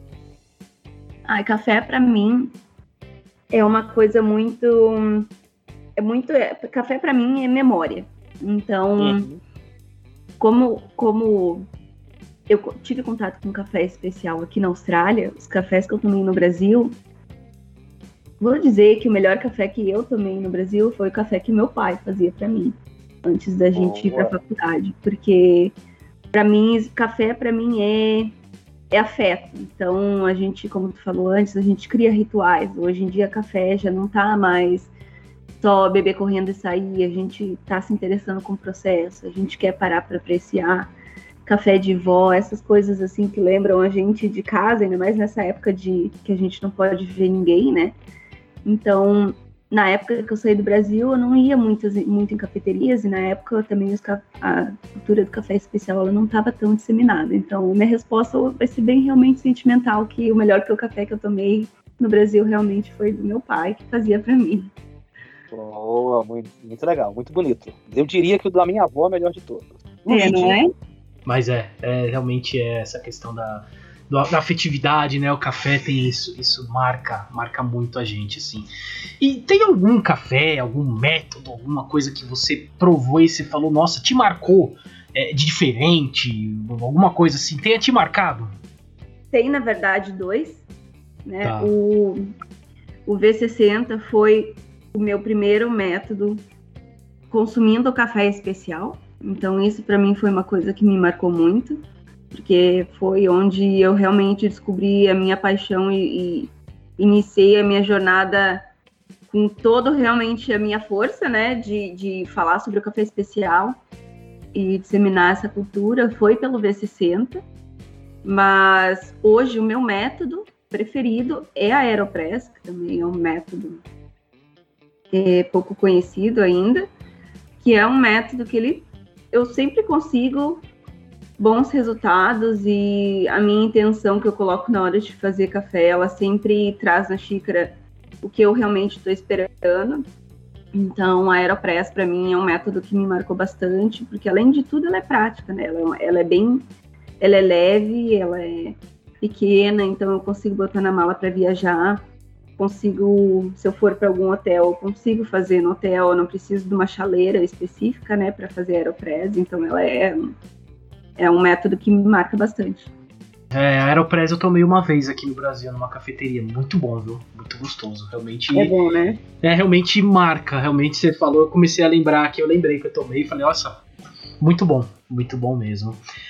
S4: Ai, café pra mim é uma coisa muito. É muito. É, café pra mim é memória. Então, uhum. como, como eu tive contato com um café especial aqui na Austrália, os cafés que eu tomei no Brasil, vou dizer que o melhor café que eu tomei no Brasil foi o café que meu pai fazia pra mim, antes da gente oh, ir pra faculdade. Porque, pra mim, café pra mim é, é afeto. Então, a gente, como tu falou antes, a gente cria rituais. Hoje em dia, café já não tá mais só beber correndo e sair, a gente tá se interessando com o processo, a gente quer parar para apreciar café de vó, essas coisas assim que lembram a gente de casa, ainda mais nessa época de que a gente não pode ver ninguém, né? Então, na época que eu saí do Brasil, eu não ia muitas, muito em cafeterias, e na época também os, a cultura do café especial ela não estava tão disseminada. Então, minha resposta vai ser bem realmente sentimental, que o melhor que o café que eu tomei no Brasil realmente foi do meu pai, que fazia para mim.
S3: Boa, muito, muito legal, muito bonito. Eu diria que o da minha avó é o melhor de todos.
S4: É, não é?
S2: Mas é, é realmente é essa questão da, da afetividade, né? O café tem isso, isso marca, marca muito a gente, assim. E tem algum café, algum método, alguma coisa que você provou e você falou, nossa, te marcou é, de diferente, alguma coisa assim, tenha te marcado?
S4: Tem, na verdade, dois, né?
S2: Tá.
S4: O, o V sessenta foi o meu primeiro método consumindo café especial. Então isso para mim foi uma coisa que me marcou muito, porque foi onde eu realmente descobri a minha paixão e, e iniciei a minha jornada com toda realmente a minha força, né, de, de falar sobre o café especial e disseminar essa cultura, foi pelo V sessenta. Mas hoje o meu método preferido é a Aeropress, que também é um método é, pouco conhecido ainda, que é um método que ele, eu sempre consigo bons resultados, e a minha intenção que eu coloco na hora de fazer café, ela sempre traz na xícara o que eu realmente estou esperando. Então a Aeropress para mim é um método que me marcou bastante, porque além de tudo ela é prática, né? Ela, ela é bem, ela é leve, ela é pequena, então eu consigo botar na mala para viajar. Consigo, se eu for para algum hotel, eu consigo fazer no hotel, eu não preciso de uma chaleira específica, né, para fazer Aeropress, então ela é, é um método que me marca bastante.
S2: É, a Aeropress eu tomei uma vez aqui no Brasil, numa cafeteria, muito bom, viu? Muito gostoso, realmente.
S4: É bom, né?
S2: É, realmente marca, realmente você falou, eu comecei a lembrar que eu lembrei que eu tomei e falei, nossa, muito bom, muito bom mesmo.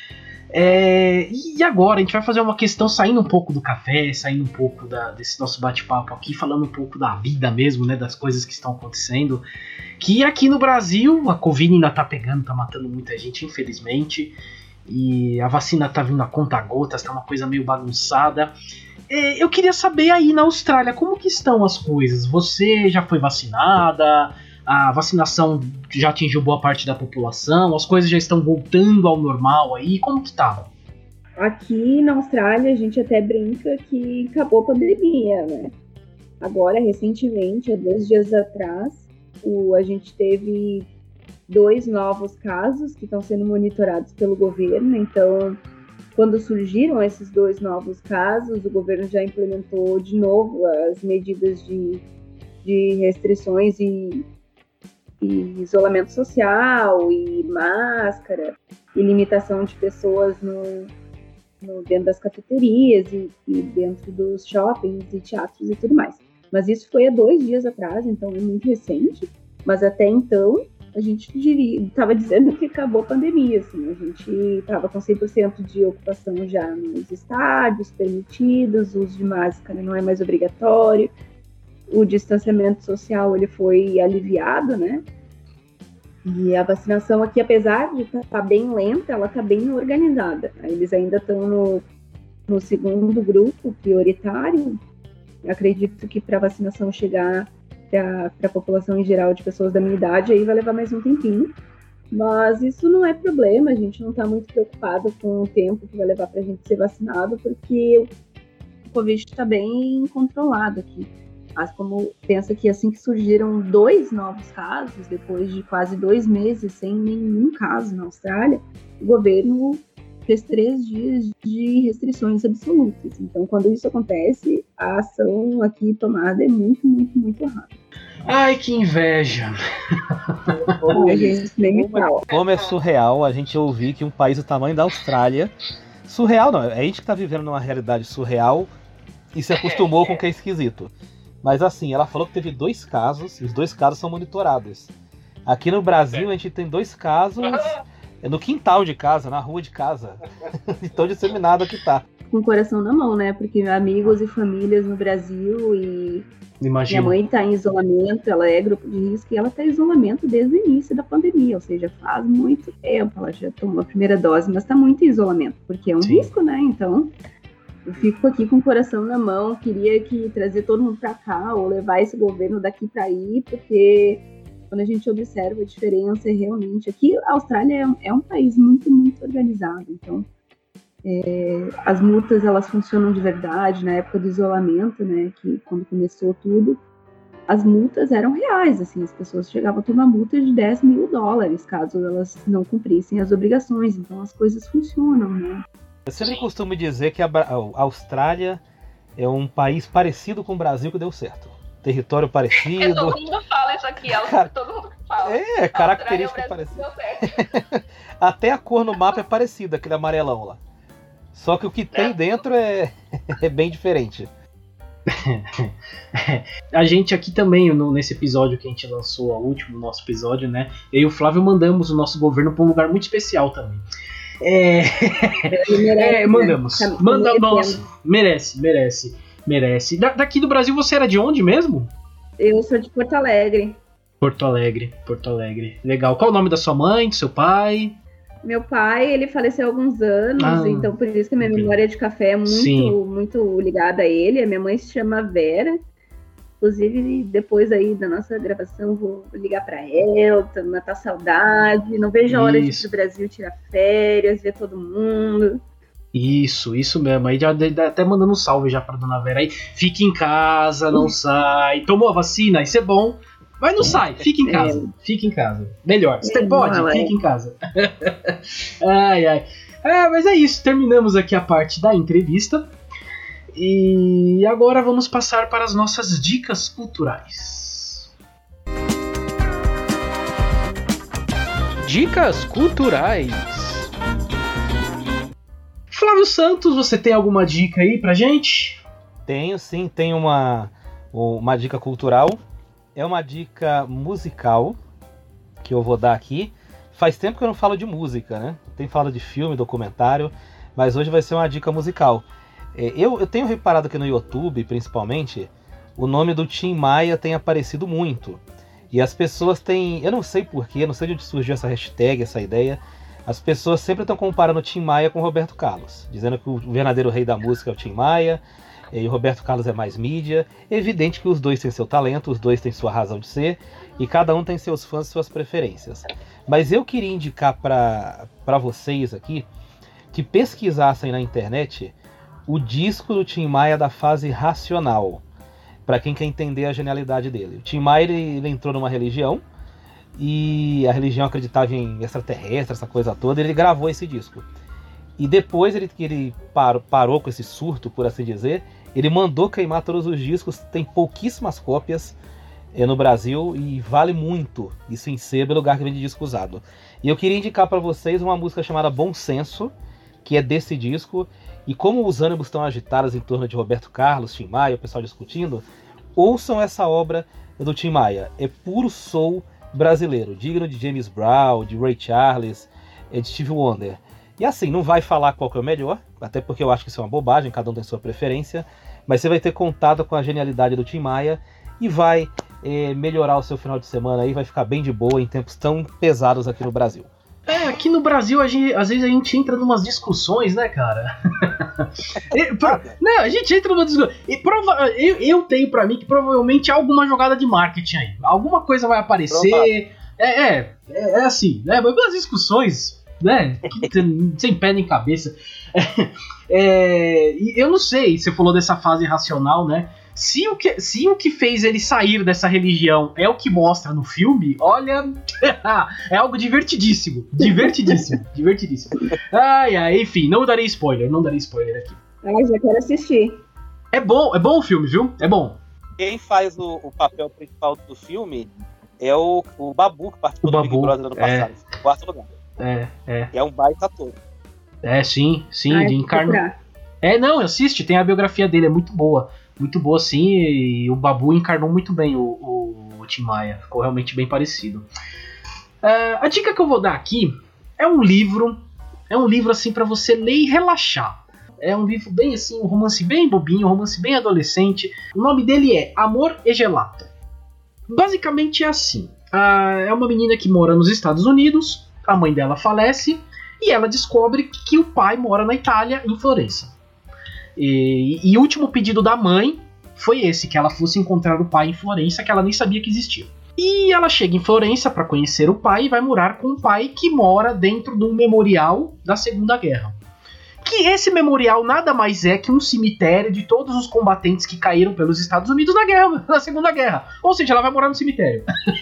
S2: É, e agora a gente vai fazer uma questão saindo um pouco do café, saindo um pouco da, desse nosso bate-papo aqui, falando um pouco da vida mesmo, né, das coisas que estão acontecendo, que aqui no Brasil a Covid ainda tá pegando, tá matando muita gente, infelizmente, e a vacina tá vindo a conta-gotas, tá uma coisa meio bagunçada. É, eu queria saber aí na Austrália, como que estão as coisas? Você já foi vacinada? A vacinação já atingiu boa parte da população? As coisas já estão voltando ao normal aí? Como que tá?
S4: aqui na Austrália a gente até brinca que acabou a pandemia, né? Agora, recentemente, há dois dias atrás, o, a gente teve dois novos casos que estão sendo monitorados pelo governo. Então, quando surgiram esses dois novos casos, o governo já implementou de novo as medidas de, de restrições e, e isolamento social, e máscara, e limitação de pessoas no, no, dentro das cafeterias e, e dentro dos shoppings e teatros e tudo mais. Mas isso foi há dois dias atrás, então é muito recente. Mas até então, a gente estava dizendo que acabou a pandemia, assim. A gente estava com cem por cento de ocupação já nos estádios permitidos, o uso de máscara não é mais obrigatório, o distanciamento social ele foi aliviado, né? E a vacinação aqui, apesar de estar tá, tá bem lenta, ela está bem organizada. Eles ainda estão no, no segundo grupo prioritário. Acredito que para a vacinação chegar para a população em geral de pessoas da minha idade, aí vai levar mais um tempinho. Mas isso não é problema, a gente não está muito preocupado com o tempo que vai levar para a gente ser vacinado, porque o Covid está bem controlado aqui. Mas como pensa que assim que surgiram dois novos casos, depois de quase dois meses sem nenhum caso na Austrália, o governo fez três dias de restrições absolutas. Então, quando isso acontece, a ação aqui tomada é muito, muito, muito rápida.
S2: Ai, que inveja!
S3: Como é surreal a gente ouvir que um país do tamanho da Austrália... Surreal não, é a gente que tá vivendo numa realidade surreal e se acostumou com o que é esquisito. Mas assim, ela falou que teve dois casos, e os dois casos são monitorados. Aqui no Brasil a gente tem dois casos... É no quintal de casa, na rua de casa. De tão disseminado que tá.
S4: Com o coração na mão, né? Porque amigos e famílias no Brasil e...
S2: Imagina.
S4: Minha mãe tá em isolamento, ela é grupo de risco e ela tá em isolamento desde o início da pandemia. Ou seja, faz muito tempo. Ela já tomou a primeira dose, mas tá muito em isolamento. Porque é um
S2: Sim.
S4: risco, né? Então, eu fico aqui com o coração na mão. Queria que trazer todo mundo pra cá ou levar esse governo daqui pra aí, porque... Quando a gente observa a diferença, realmente... Aqui, a Austrália é um, é um país muito, muito organizado. Então, é, as multas, elas funcionam de verdade. Na época do isolamento, né? Que quando começou tudo, as multas eram reais. Assim, as pessoas chegavam a tomar multa de dez mil dólares, caso elas não cumprissem as obrigações. Então, as coisas funcionam, né?
S3: Eu sempre costumo dizer que a, a Austrália é um país parecido com o Brasil que deu certo. Território parecido.
S5: É, todo mundo fala isso aqui, Car... todo mundo fala.
S3: É, característica parecida. Até a cor no mapa é parecida, aquele amarelão lá. Só que o que tem dentro é, é bem diferente.
S2: A gente aqui também, no, nesse episódio que a gente lançou, o último nosso episódio, né? Eu e o Flávio mandamos o nosso governo para um lugar muito especial também. É, é mandamos. Manda o nosso. Merece, merece. Merece. Da, daqui do Brasil você era de onde mesmo?
S4: Eu sou de Porto Alegre.
S2: Porto Alegre, Porto Alegre. Legal. Qual o nome da sua mãe, do seu pai?
S4: Meu pai, ele faleceu há alguns anos, ah, então por isso que a minha memória de café é muito, muito ligada a ele. A minha mãe se chama Vera. Inclusive, depois aí da nossa gravação, vou ligar pra ela, matar saudade. Não vejo a hora de ir pro Brasil tirar férias, ver todo mundo.
S2: Isso, isso mesmo. Aí já até mandando um salve já pra dona Vera aí. Fique em casa, não sai. Tomou a vacina, isso é bom. Mas não sai, fique em casa. É. Fique em casa. Melhor. Você é, pode, não, fique é. em casa. Ai, ai. É, mas é isso. Terminamos aqui a parte da entrevista. E agora vamos passar para as nossas dicas culturais.
S1: Dicas culturais.
S2: Flávio Santos, você tem alguma dica aí pra gente?
S3: Tenho sim, tenho uma, uma dica cultural. É uma dica musical que eu vou dar aqui. Faz tempo que eu não falo de música, né? Tenho falado de filme, documentário, mas hoje vai ser uma dica musical. Eu, eu tenho reparado que no YouTube, principalmente, o nome do Tim Maia tem aparecido muito. E as pessoas têm... Eu não sei porquê, não sei de onde surgiu essa hashtag, essa ideia. As pessoas sempre estão comparando o Tim Maia com o Roberto Carlos, dizendo que o verdadeiro rei da música é o Tim Maia, e o Roberto Carlos é mais mídia. É evidente que os dois têm seu talento, os dois têm sua razão de ser, e cada um tem seus fãs e suas preferências. Mas eu queria indicar para vocês aqui que pesquisassem na internet o disco do Tim Maia da fase racional, para quem quer entender a genialidade dele. O Tim Maia ele, ele entrou numa religião, e a religião acreditava em extraterrestre, essa coisa toda, e ele gravou esse disco. E depois ele, que ele parou, parou com esse surto, por assim dizer, ele mandou queimar todos os discos, tem pouquíssimas cópias é, no Brasil, e vale muito isso em sebo, é lugar que vende disco usado. E eu queria indicar para vocês uma música chamada Bom Senso, que é desse disco, e como os ânimos estão agitados em torno de Roberto Carlos, Tim Maia, o pessoal discutindo, ouçam essa obra do Tim Maia, é puro soul brasileiro, digno de James Brown, de Ray Charles, de Stevie Wonder. E assim, não vai falar qual que é o melhor, até porque eu acho que isso é uma bobagem, cada um tem sua preferência, mas você vai ter contato com a genialidade do Tim Maia e vai é, melhorar o seu final de semana aí, vai ficar bem de boa em tempos tão pesados aqui no Brasil.
S2: É, aqui no Brasil, a gente, às vezes a gente entra numas discussões, né, cara? e, pra, não, a gente entra numa discussão. E prova, eu, eu tenho pra mim que provavelmente há alguma jogada de marketing aí. Alguma coisa vai aparecer. É, é, é, é assim, né? As discussões, né? Sem pé nem cabeça. É, é, eu não sei, você falou dessa fase racional, né? Se o, que, se o que fez ele sair dessa religião é o que mostra no filme, olha, é algo divertidíssimo. Divertidíssimo, divertidíssimo. Ai, ai, enfim, não darei spoiler, não darei spoiler aqui.
S4: Ah, já quero assistir.
S2: É bom, é bom o filme, viu? É bom.
S3: Quem faz o, o papel principal do filme é o, o Babu, que participou
S2: o
S3: do
S2: Babu,
S3: Big Brother do ano
S2: é.
S3: passado, em quarto lugar.
S2: É, é.
S3: É um baita ator.
S2: É, sim, sim,
S4: Ai,
S2: de encarna. É, não, assiste, tem a biografia dele, é muito boa. Muito boa, sim, e o Babu encarnou muito bem o, o, o Tim Maia. Ficou realmente bem parecido. Uh, a dica que eu vou dar aqui é um livro. É um livro, assim, para você ler e relaxar. É um livro bem, assim, um romance bem bobinho, um romance bem adolescente. O nome dele é Amor e Gelato. Basicamente é assim. Uh, é uma menina que mora nos Estados Unidos. A mãe dela falece. E ela descobre que o pai mora na Itália, em Florença. E, e o último pedido da mãe foi esse, que ela fosse encontrar o pai em Florença, que ela nem sabia que existia. E ela chega em Florença para conhecer o pai e vai morar com o pai que mora dentro de um memorial da Segunda Guerra. Que esse memorial nada mais é que um cemitério de todos os combatentes que caíram pelos Estados Unidos na guerra, na Segunda Guerra. Ou seja, ela vai morar no cemitério.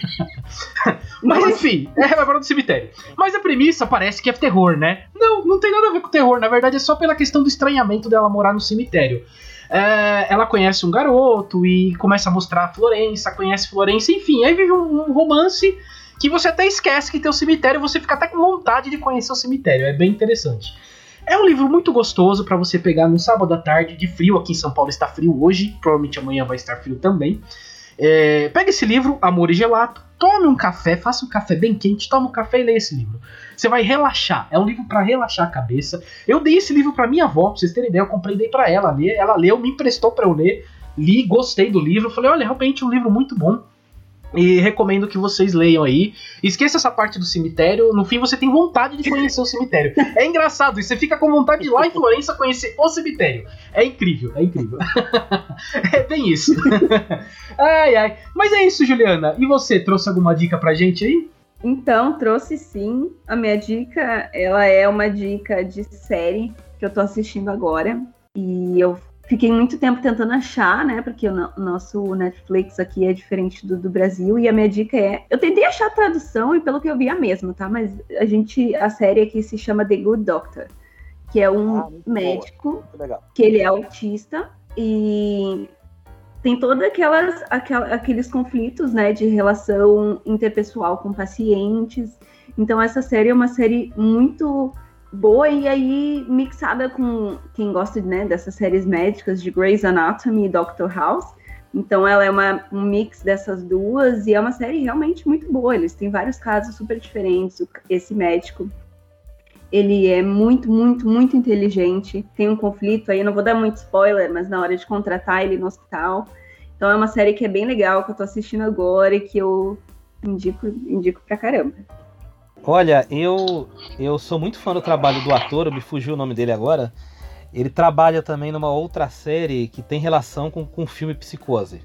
S2: Mas enfim, ela vai morar no cemitério. Mas a premissa parece que é terror, né? Não, não tem nada a ver com terror. Na verdade é só pela questão do estranhamento dela morar no cemitério. É, ela conhece um garoto e começa a mostrar Florença, conhece Florença, enfim. Aí vive um, um romance que você até esquece que tem o cemitério, você fica até com vontade de conhecer o cemitério. É bem interessante. É um livro muito gostoso para você pegar num sábado à tarde de frio. Aqui em São Paulo está frio hoje, provavelmente amanhã vai estar frio também. É, pega esse livro, Amor e Gelato, tome um café, faça um café bem quente, toma um café e leia esse livro. Você vai relaxar, é um livro para relaxar a cabeça. Eu dei esse livro para minha avó, pra vocês terem ideia, eu comprei e dei para ela ler. Ela leu, me emprestou para eu ler, li, gostei do livro. Falei, olha, realmente é um livro muito bom. E recomendo que vocês leiam aí. Esqueça essa parte do cemitério. No fim você tem vontade de conhecer o cemitério. É engraçado, e você fica com vontade de ir lá em Florença conhecer o cemitério. É incrível, é incrível. É bem isso. Ai, ai. Mas é isso, Juliana. E você, trouxe alguma dica pra gente aí?
S4: Então, trouxe sim. A minha dica, ela é uma dica de série que eu tô assistindo agora. E eu fiquei muito tempo tentando achar, né? Porque o, no- o nosso Netflix aqui é diferente do, do Brasil. E a minha dica é... Eu tentei achar a tradução e pelo que eu vi é a mesma, tá? Mas a gente... A série aqui se chama The Good Doctor. Que é um
S3: Ah, muito
S4: médico
S3: Muito legal.
S4: que ele é autista e tem todos aquelas, aquela, aqueles conflitos, né, de relação interpessoal com pacientes. Então essa série é uma série muito boa e aí mixada com quem gosta, né, dessas séries médicas de Grey's Anatomy e Doctor House. Então ela é uma, um mix dessas duas e é uma série realmente muito boa. Eles têm vários casos super diferentes. O- Esse médico, ele é muito, muito, muito inteligente. Tem um conflito aí, eu não vou dar muito spoiler, mas na hora de contratar ele no hospital. Então é uma série que é bem legal, que eu tô assistindo agora e que eu indico, indico pra caramba.
S3: Olha, eu, eu sou muito fã do trabalho do ator, me fugiu o nome dele agora. Ele trabalha também numa outra série que tem relação com com o filme Psicose.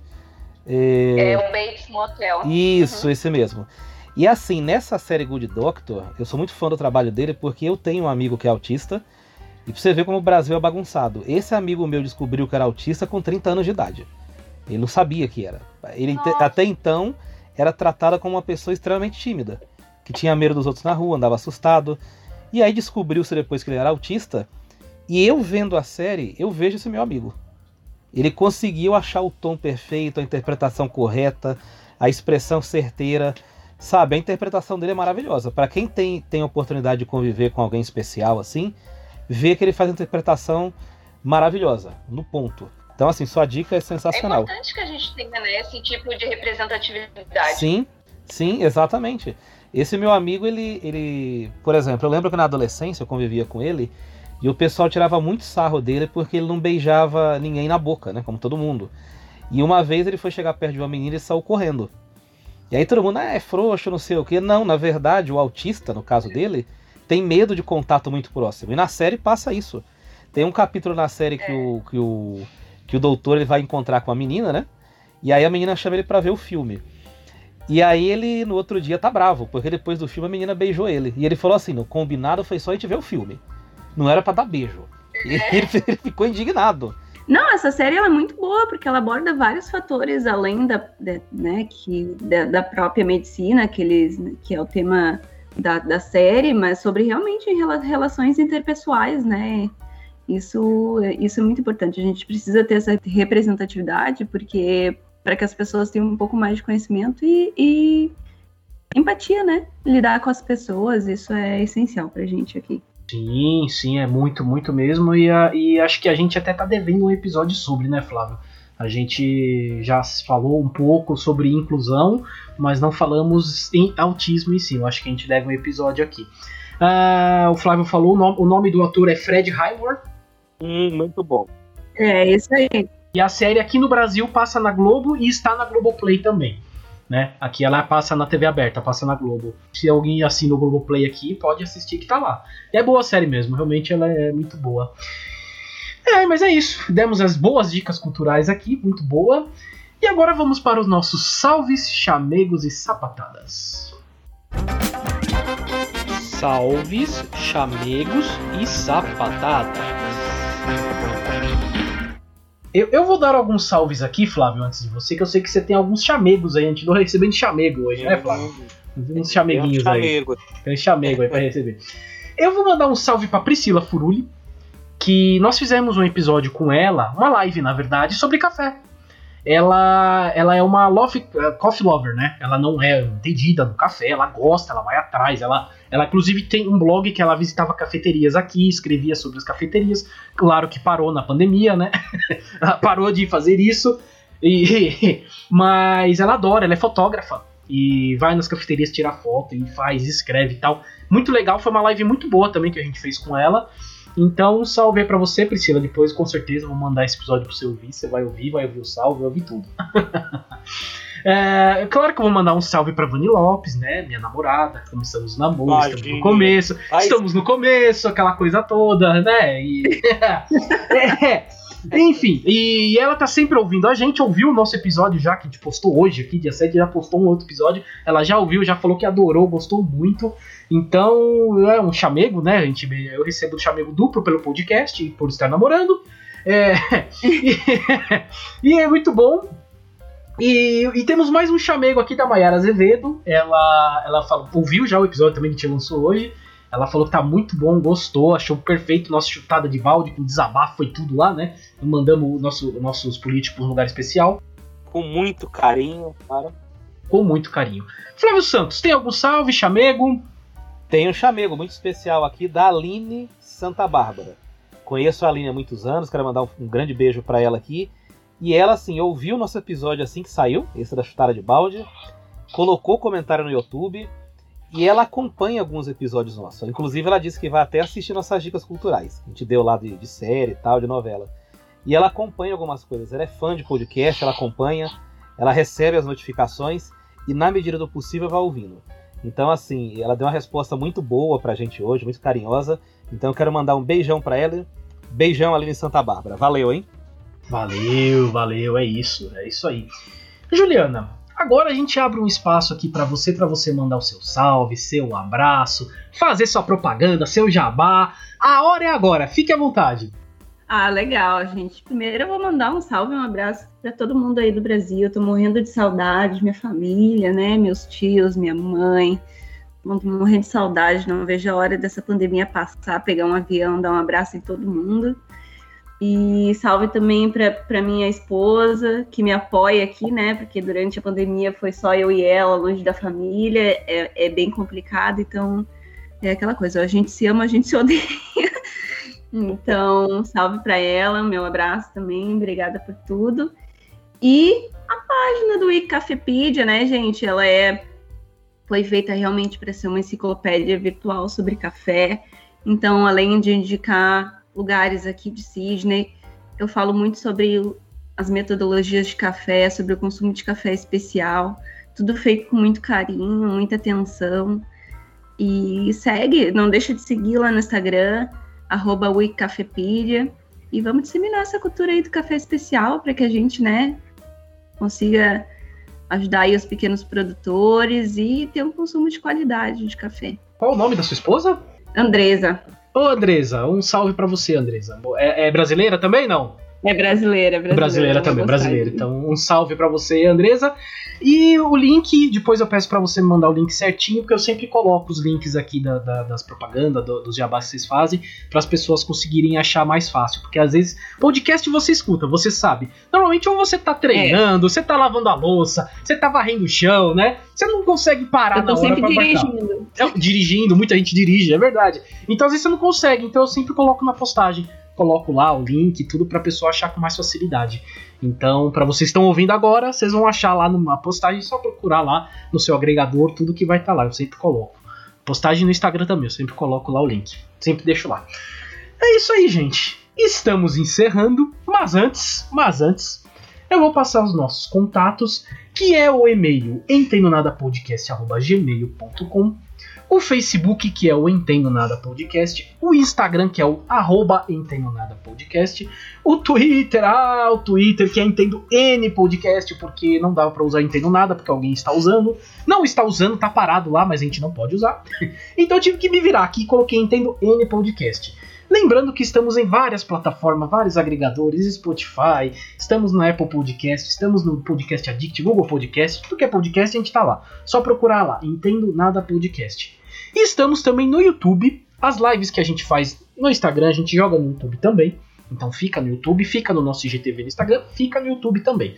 S3: É,
S5: É o Bates Motel.
S3: Isso, esse mesmo. E assim, nessa série Good Doctor, eu sou muito fã do trabalho dele porque eu tenho um amigo que é autista E pra você ver como o Brasil é bagunçado. Esse amigo meu descobriu que era autista com trinta anos de idade. Ele não sabia que era. Ele
S5: Nossa.
S3: até então era tratada como uma pessoa extremamente tímida, que tinha medo dos outros na rua, andava assustado. E aí descobriu-se depois que ele era autista. E eu vendo a série, eu vejo esse meu amigo. Ele conseguiu achar o tom perfeito, a interpretação correta, a expressão certeira. Sabe, a interpretação dele é maravilhosa. Para quem tem, tem a oportunidade de conviver com alguém especial assim, vê que ele faz a interpretação maravilhosa, no ponto. Então, assim, sua dica é sensacional.
S5: É importante que a gente tenha, né, esse tipo de representatividade.
S3: Sim, sim, exatamente. Esse meu amigo, ele, ele... Por exemplo, eu lembro que na adolescência eu convivia com ele e o pessoal tirava muito sarro dele porque ele não beijava ninguém na boca, né? Como todo mundo. E uma vez ele foi chegar perto de uma menina e saiu correndo. E aí todo mundo, ah, é frouxo, não sei o quê. Não, na verdade, o autista, no caso dele, tem medo de contato muito próximo. E na série passa isso. Tem um capítulo na série que, é. o, que, o, que o doutor ele vai encontrar com a menina, né? E aí a menina chama ele pra ver o filme. E aí ele, no outro dia, tá bravo, porque depois do filme a menina beijou ele. E ele falou assim, no combinado foi só a gente ver o filme. Não era pra dar beijo. E ele, ele ficou indignado.
S4: Não, essa série ela é muito boa, porque ela aborda vários fatores além da, de, né, que, da, da própria medicina, que, eles, que é o tema da, da série, mas sobre realmente relações interpessoais, né? Isso, isso é muito importante. A gente precisa ter essa representatividade, porque para que as pessoas tenham um pouco mais de conhecimento e, e empatia, né? Lidar com as pessoas, isso é essencial pra gente aqui.
S2: Sim, sim, é muito, muito mesmo, e, a, e acho que a gente até tá devendo um episódio sobre, né, Flávio? A gente já falou um pouco sobre inclusão, mas não falamos em autismo em si, eu acho que a gente deve um episódio aqui. Uh, o Flávio falou, o nome, o nome do ator é Fred Highmore.
S3: Hum, muito bom.
S4: É, isso aí.
S2: E a série aqui no Brasil passa na Globo e está na Globoplay também. Né? Aqui ela passa na T V aberta, passa na Globo. Se alguém assina o Globoplay aqui, pode assistir que tá lá. E é boa a série mesmo, realmente ela é muito boa. É, mas é isso. Demos as boas dicas culturais aqui, muito boa. E agora vamos para os nossos salves, chamegos e sapatadas.
S6: Salves, chamegos e sapatadas.
S2: Eu, eu vou dar alguns salves aqui, Flávio, antes de você, que eu sei que você tem alguns chamegos aí. A gente não recebendo chamego hoje, né, Flávio? Uns chameguinhos
S3: tem um
S2: aí.
S3: chamego.
S2: Tem um chamego aí pra receber. Eu vou mandar um salve pra Priscila Furuli, que nós fizemos um episódio com ela, uma live, na verdade, sobre café. Ela, ela é uma love, uh, coffee lover, né? Ela não é entendida no café, ela gosta, ela vai atrás. Ela, ela, inclusive, tem um blog que ela visitava cafeterias aqui, escrevia sobre as cafeterias. Claro que parou na pandemia, né? Ela parou de fazer isso. E, mas ela adora, ela é fotógrafa. E vai nas cafeterias tirar foto e faz, escreve e tal. Muito legal, foi uma live muito boa também que a gente fez com ela. Então, salve aí pra você, Priscila. Depois, com certeza, vou mandar esse episódio pra você ouvir. Você vai ouvir, vai ouvir o salve, vai ouvir tudo. É claro que eu vou mandar um salve pra Vani Lopes, né? Minha namorada. Começamos o namoro,
S6: Ai,
S2: estamos
S6: gente.
S2: no começo.
S6: Ai,
S2: estamos no começo, aquela coisa toda, né? E... é, enfim, e ela tá sempre ouvindo a gente. Ouviu o nosso episódio já, que a gente postou hoje aqui, dia sete, já postou um outro episódio. Ela já ouviu, já falou que adorou, gostou muito. Então, é um chamego, né? A gente, eu recebo um chamego duplo pelo podcast, por estar namorando. É, e, e é muito bom. E, e temos mais um chamego aqui da Mayara Azevedo. Ela, ela falou, ouviu já o episódio também que a gente lançou hoje. Ela falou que tá muito bom, gostou, achou perfeito nossa chutada de balde, com desabafo, foi tudo lá, né? Mandamos nosso, nossos políticos para um lugar especial.
S3: Com muito carinho, cara.
S2: Com muito carinho. Flávio Santos, tem algum salve, chamego?
S3: Tem um chamego muito especial aqui da Aline Santa Bárbara. Conheço a Aline há muitos anos, quero mandar um, um grande beijo para ela aqui. E ela, assim, ouviu o nosso episódio assim que saiu, esse da chutada de balde, colocou comentário no YouTube e ela acompanha alguns episódios nossos. Inclusive, ela disse que vai até assistir nossas dicas culturais. A gente deu lá de, de série e tal, de novela. E ela acompanha algumas coisas. Ela é fã de podcast, ela acompanha, ela recebe as notificações e, na medida do possível, vai ouvindo. Então, assim, ela deu uma resposta muito boa pra gente hoje, muito carinhosa. Então, eu quero mandar um beijão pra ela. Beijão, Aline Santa Bárbara. Valeu, hein?
S2: Valeu, valeu, é isso, é isso aí. Juliana, Agora a gente abre um espaço aqui para você, para você mandar o seu salve, seu abraço, fazer sua propaganda, seu jabá. A hora é agora, fique à vontade.
S4: Ah, legal, gente. Primeiro eu vou mandar um salve, um abraço para todo mundo aí do Brasil. Eu tô morrendo de saudade, minha família, né? Meus tios, minha mãe. Tô morrendo de saudade, não vejo a hora dessa pandemia passar, pegar um avião, dar um abraço em todo mundo. E salve também para minha esposa, que me apoia aqui, né? Porque durante a pandemia foi só eu e ela, longe da família. É, é bem complicado, então é aquela coisa, a gente se ama, a gente se odeia. Então, salve para ela, meu abraço também, obrigada por tudo. E a página do Wikicafepedia, né, gente? Ela é, foi feita realmente para ser uma enciclopédia virtual sobre café. Então, além de indicar lugares aqui de Sydney, eu falo muito sobre as metodologias de café, sobre o consumo de café especial, tudo feito com muito carinho, muita atenção. E segue, não deixa de seguir lá no Instagram, arroba Wikicafepedia, e vamos disseminar essa cultura aí do café especial para que a gente, né, consiga ajudar aí os pequenos produtores e ter um consumo de qualidade de café.
S2: Qual o nome da sua esposa?
S4: Andresa.
S2: Ô, Andresa, um salve pra você, Andresa. É, é brasileira também, não?
S4: É brasileira, brasileira.
S2: Brasileira também, brasileira. Então, um salve pra você, Andresa. E o link, depois eu peço pra você me mandar o link certinho, porque eu sempre coloco os links aqui da, da, das propagandas, do, dos jabás que vocês fazem, para as pessoas conseguirem achar mais fácil. Porque às vezes, podcast você escuta, você sabe. Normalmente, ou você tá treinando, é. você tá lavando a louça, você tá varrendo o chão, né? Você não consegue parar
S4: eu tô
S2: na hora
S4: sempre
S2: pra
S4: dirigindo.
S2: É, dirigindo, muita gente dirige, é verdade. Então, às vezes você não consegue, então eu sempre coloco na postagem. Coloco lá o link, tudo pra pessoa achar com mais facilidade. Então, pra vocês que estão ouvindo agora, vocês vão achar lá numa postagem, só procurar lá no seu agregador, tudo que vai estar tá lá, eu sempre coloco. Postagem no Instagram também, eu sempre coloco lá o link, sempre deixo lá. É isso aí, gente. Estamos encerrando, mas antes, mas antes, eu vou passar os nossos contatos, que é o e-mail entendonadapodcast arroba gmail ponto com, o Facebook, que é o Entendo Nada Podcast, o Instagram, que é o arroba Entendo Nada Podcast, o Twitter, ah, o Twitter, que é Entendo N Podcast, porque não dava pra usar Entendo Nada, porque alguém está usando, não está usando, tá parado lá, mas a gente não pode usar, então eu tive que me virar aqui e coloquei Entendo N Podcast. Lembrando que estamos em várias plataformas, vários agregadores, Spotify, estamos no Apple Podcast, estamos no Podcast Addict, Google Podcast, tudo que é podcast a gente tá lá. Só procurar lá, Entendo Nada Podcast. E estamos também no YouTube, as lives que a gente faz no Instagram, a gente joga no YouTube também. Então fica no YouTube, fica no nosso I G T V no Instagram, fica no YouTube também.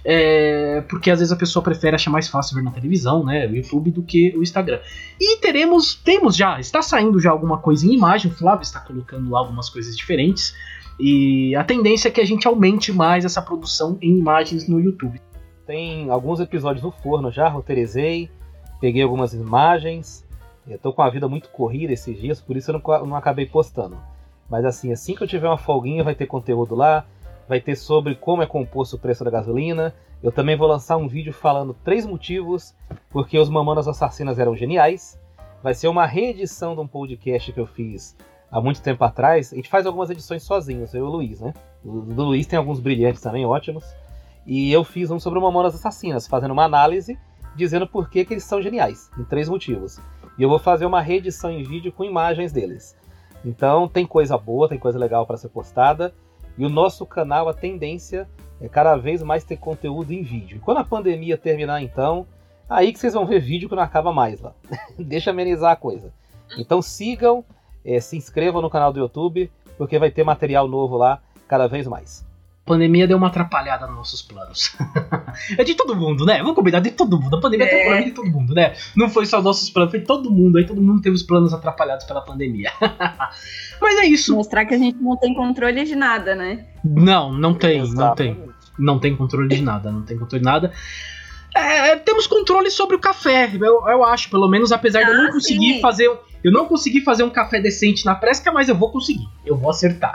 S2: É, porque às vezes a pessoa prefere achar mais fácil ver na televisão, né, o YouTube, do que o Instagram. E teremos, temos já, está saindo já alguma coisa em imagem, o Flávio está colocando lá algumas coisas diferentes, e a tendência é que a gente aumente mais essa produção em imagens no YouTube.
S3: Tem alguns episódios no forno já, roteirizei, peguei algumas imagens, eu tô com a vida muito corrida esses dias, por isso eu não, não acabei postando. Mas assim, assim que eu tiver uma folguinha vai ter conteúdo lá, vai ter sobre como é composto o preço da gasolina. Eu também vou lançar um vídeo falando três motivos porque os Mamonas Assassinas eram geniais. Vai ser uma reedição de um podcast que eu fiz há muito tempo atrás. A gente faz algumas edições sozinhos, eu e o Luiz, né? O do Luiz tem alguns brilhantes também, ótimos. E eu fiz um sobre o Mamonas Assassinas, fazendo uma análise, dizendo por que, que eles são geniais, em três motivos. E eu vou fazer uma reedição em vídeo com imagens deles. Então tem coisa boa, tem coisa legal para ser postada. E o nosso canal, a tendência é cada vez mais ter conteúdo em vídeo. E quando a pandemia terminar, então, aí que vocês vão ver vídeo que não acaba mais lá. Deixa amenizar a coisa. Então sigam, é, se inscrevam no canal do YouTube, porque vai ter material novo lá cada vez mais.
S2: A pandemia deu uma atrapalhada nos nossos planos. É de todo mundo, né? Vamos combinar, de todo mundo. A pandemia é. tem problema de todo mundo, né? Não foi só nossos planos, foi todo mundo. Aí todo mundo teve os planos atrapalhados pela pandemia. Mas é isso.
S4: Mostrar que a gente não tem controle de nada, né?
S2: Não, não tem, Exatamente. não tem. Não tem controle de nada, não tem controle de nada. É, temos controle sobre o café, eu, eu acho, pelo menos, apesar ah, de eu não conseguir sim. fazer... Eu não consegui fazer um café decente na Presca, mas eu vou conseguir. Eu vou acertar.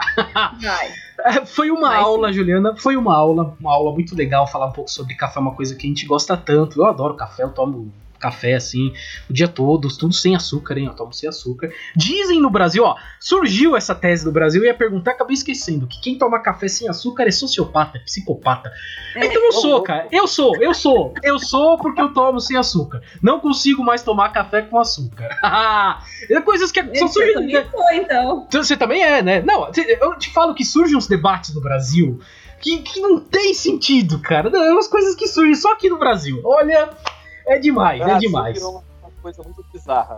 S2: Vai. Foi uma Vai, aula, sim. Juliana, foi uma aula, uma aula muito legal, falar um pouco sobre café, uma coisa que a gente gosta tanto. Eu adoro café, eu tomo café, assim, o dia todo, tudo sem açúcar, hein? Eu tomo sem açúcar. Dizem no Brasil, ó, surgiu essa tese no Brasil, eu ia perguntar, acabei esquecendo, que quem toma café sem açúcar é sociopata, é psicopata.
S4: É,
S2: então eu sou, cara, eu sou, eu sou, eu sou porque eu tomo sem açúcar. Não consigo mais tomar café com açúcar. É coisas que são
S4: Você
S2: surgindo.
S4: também foi, então.
S2: Você também é, né? Não, eu te falo que surgem uns debates no Brasil que, que não tem sentido, cara. Não, é umas coisas que surgem só aqui no Brasil. Olha, é demais, é demais.
S7: Virou uma coisa muito bizarra.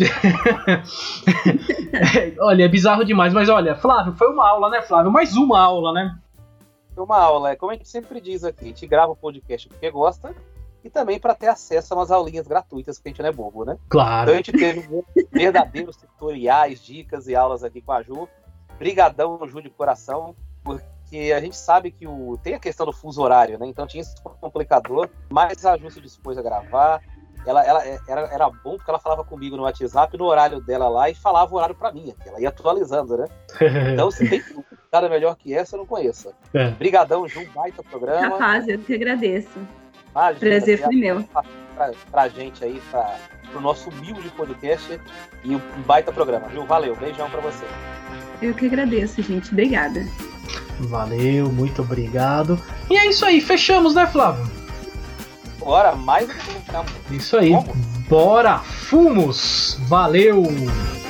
S2: Olha, é bizarro demais, mas olha, Flávio, foi uma aula, né, Flávio? Mais uma aula, né?
S7: Foi uma aula, é como a gente sempre diz aqui, a gente grava o podcast porque gosta e também para ter acesso a umas aulinhas gratuitas, que a gente não é bobo, né?
S2: Claro.
S7: Então a gente teve verdadeiros tutoriais, dicas e aulas aqui com a Ju. Brigadão, Ju, de coração, porque a gente sabe que o... tem a questão do fuso horário, né? Então tinha esse complicador, mas a Ju se dispôs a gravar. Ela, ela era, era bom porque ela falava comigo no WhatsApp, no horário dela lá, e falava o horário pra mim, que ela ia atualizando, né? Então, se tem cara melhor que essa, eu não conheço.
S2: É.
S7: Brigadão, Ju, baita programa.
S4: Rapaz, eu que agradeço.
S7: Imagina,
S4: Prazer foi meu.
S7: Pra, pra, pra gente aí, pra, pro nosso humilde podcast e um baita programa, viu? Valeu, beijão pra você.
S4: Eu que agradeço, gente. Obrigada.
S2: Valeu, muito obrigado. E é isso aí, fechamos, né, Flávio?
S7: Bora, mais do que ficamos.
S2: Isso aí,
S7: Como?
S2: bora, fumos! Valeu!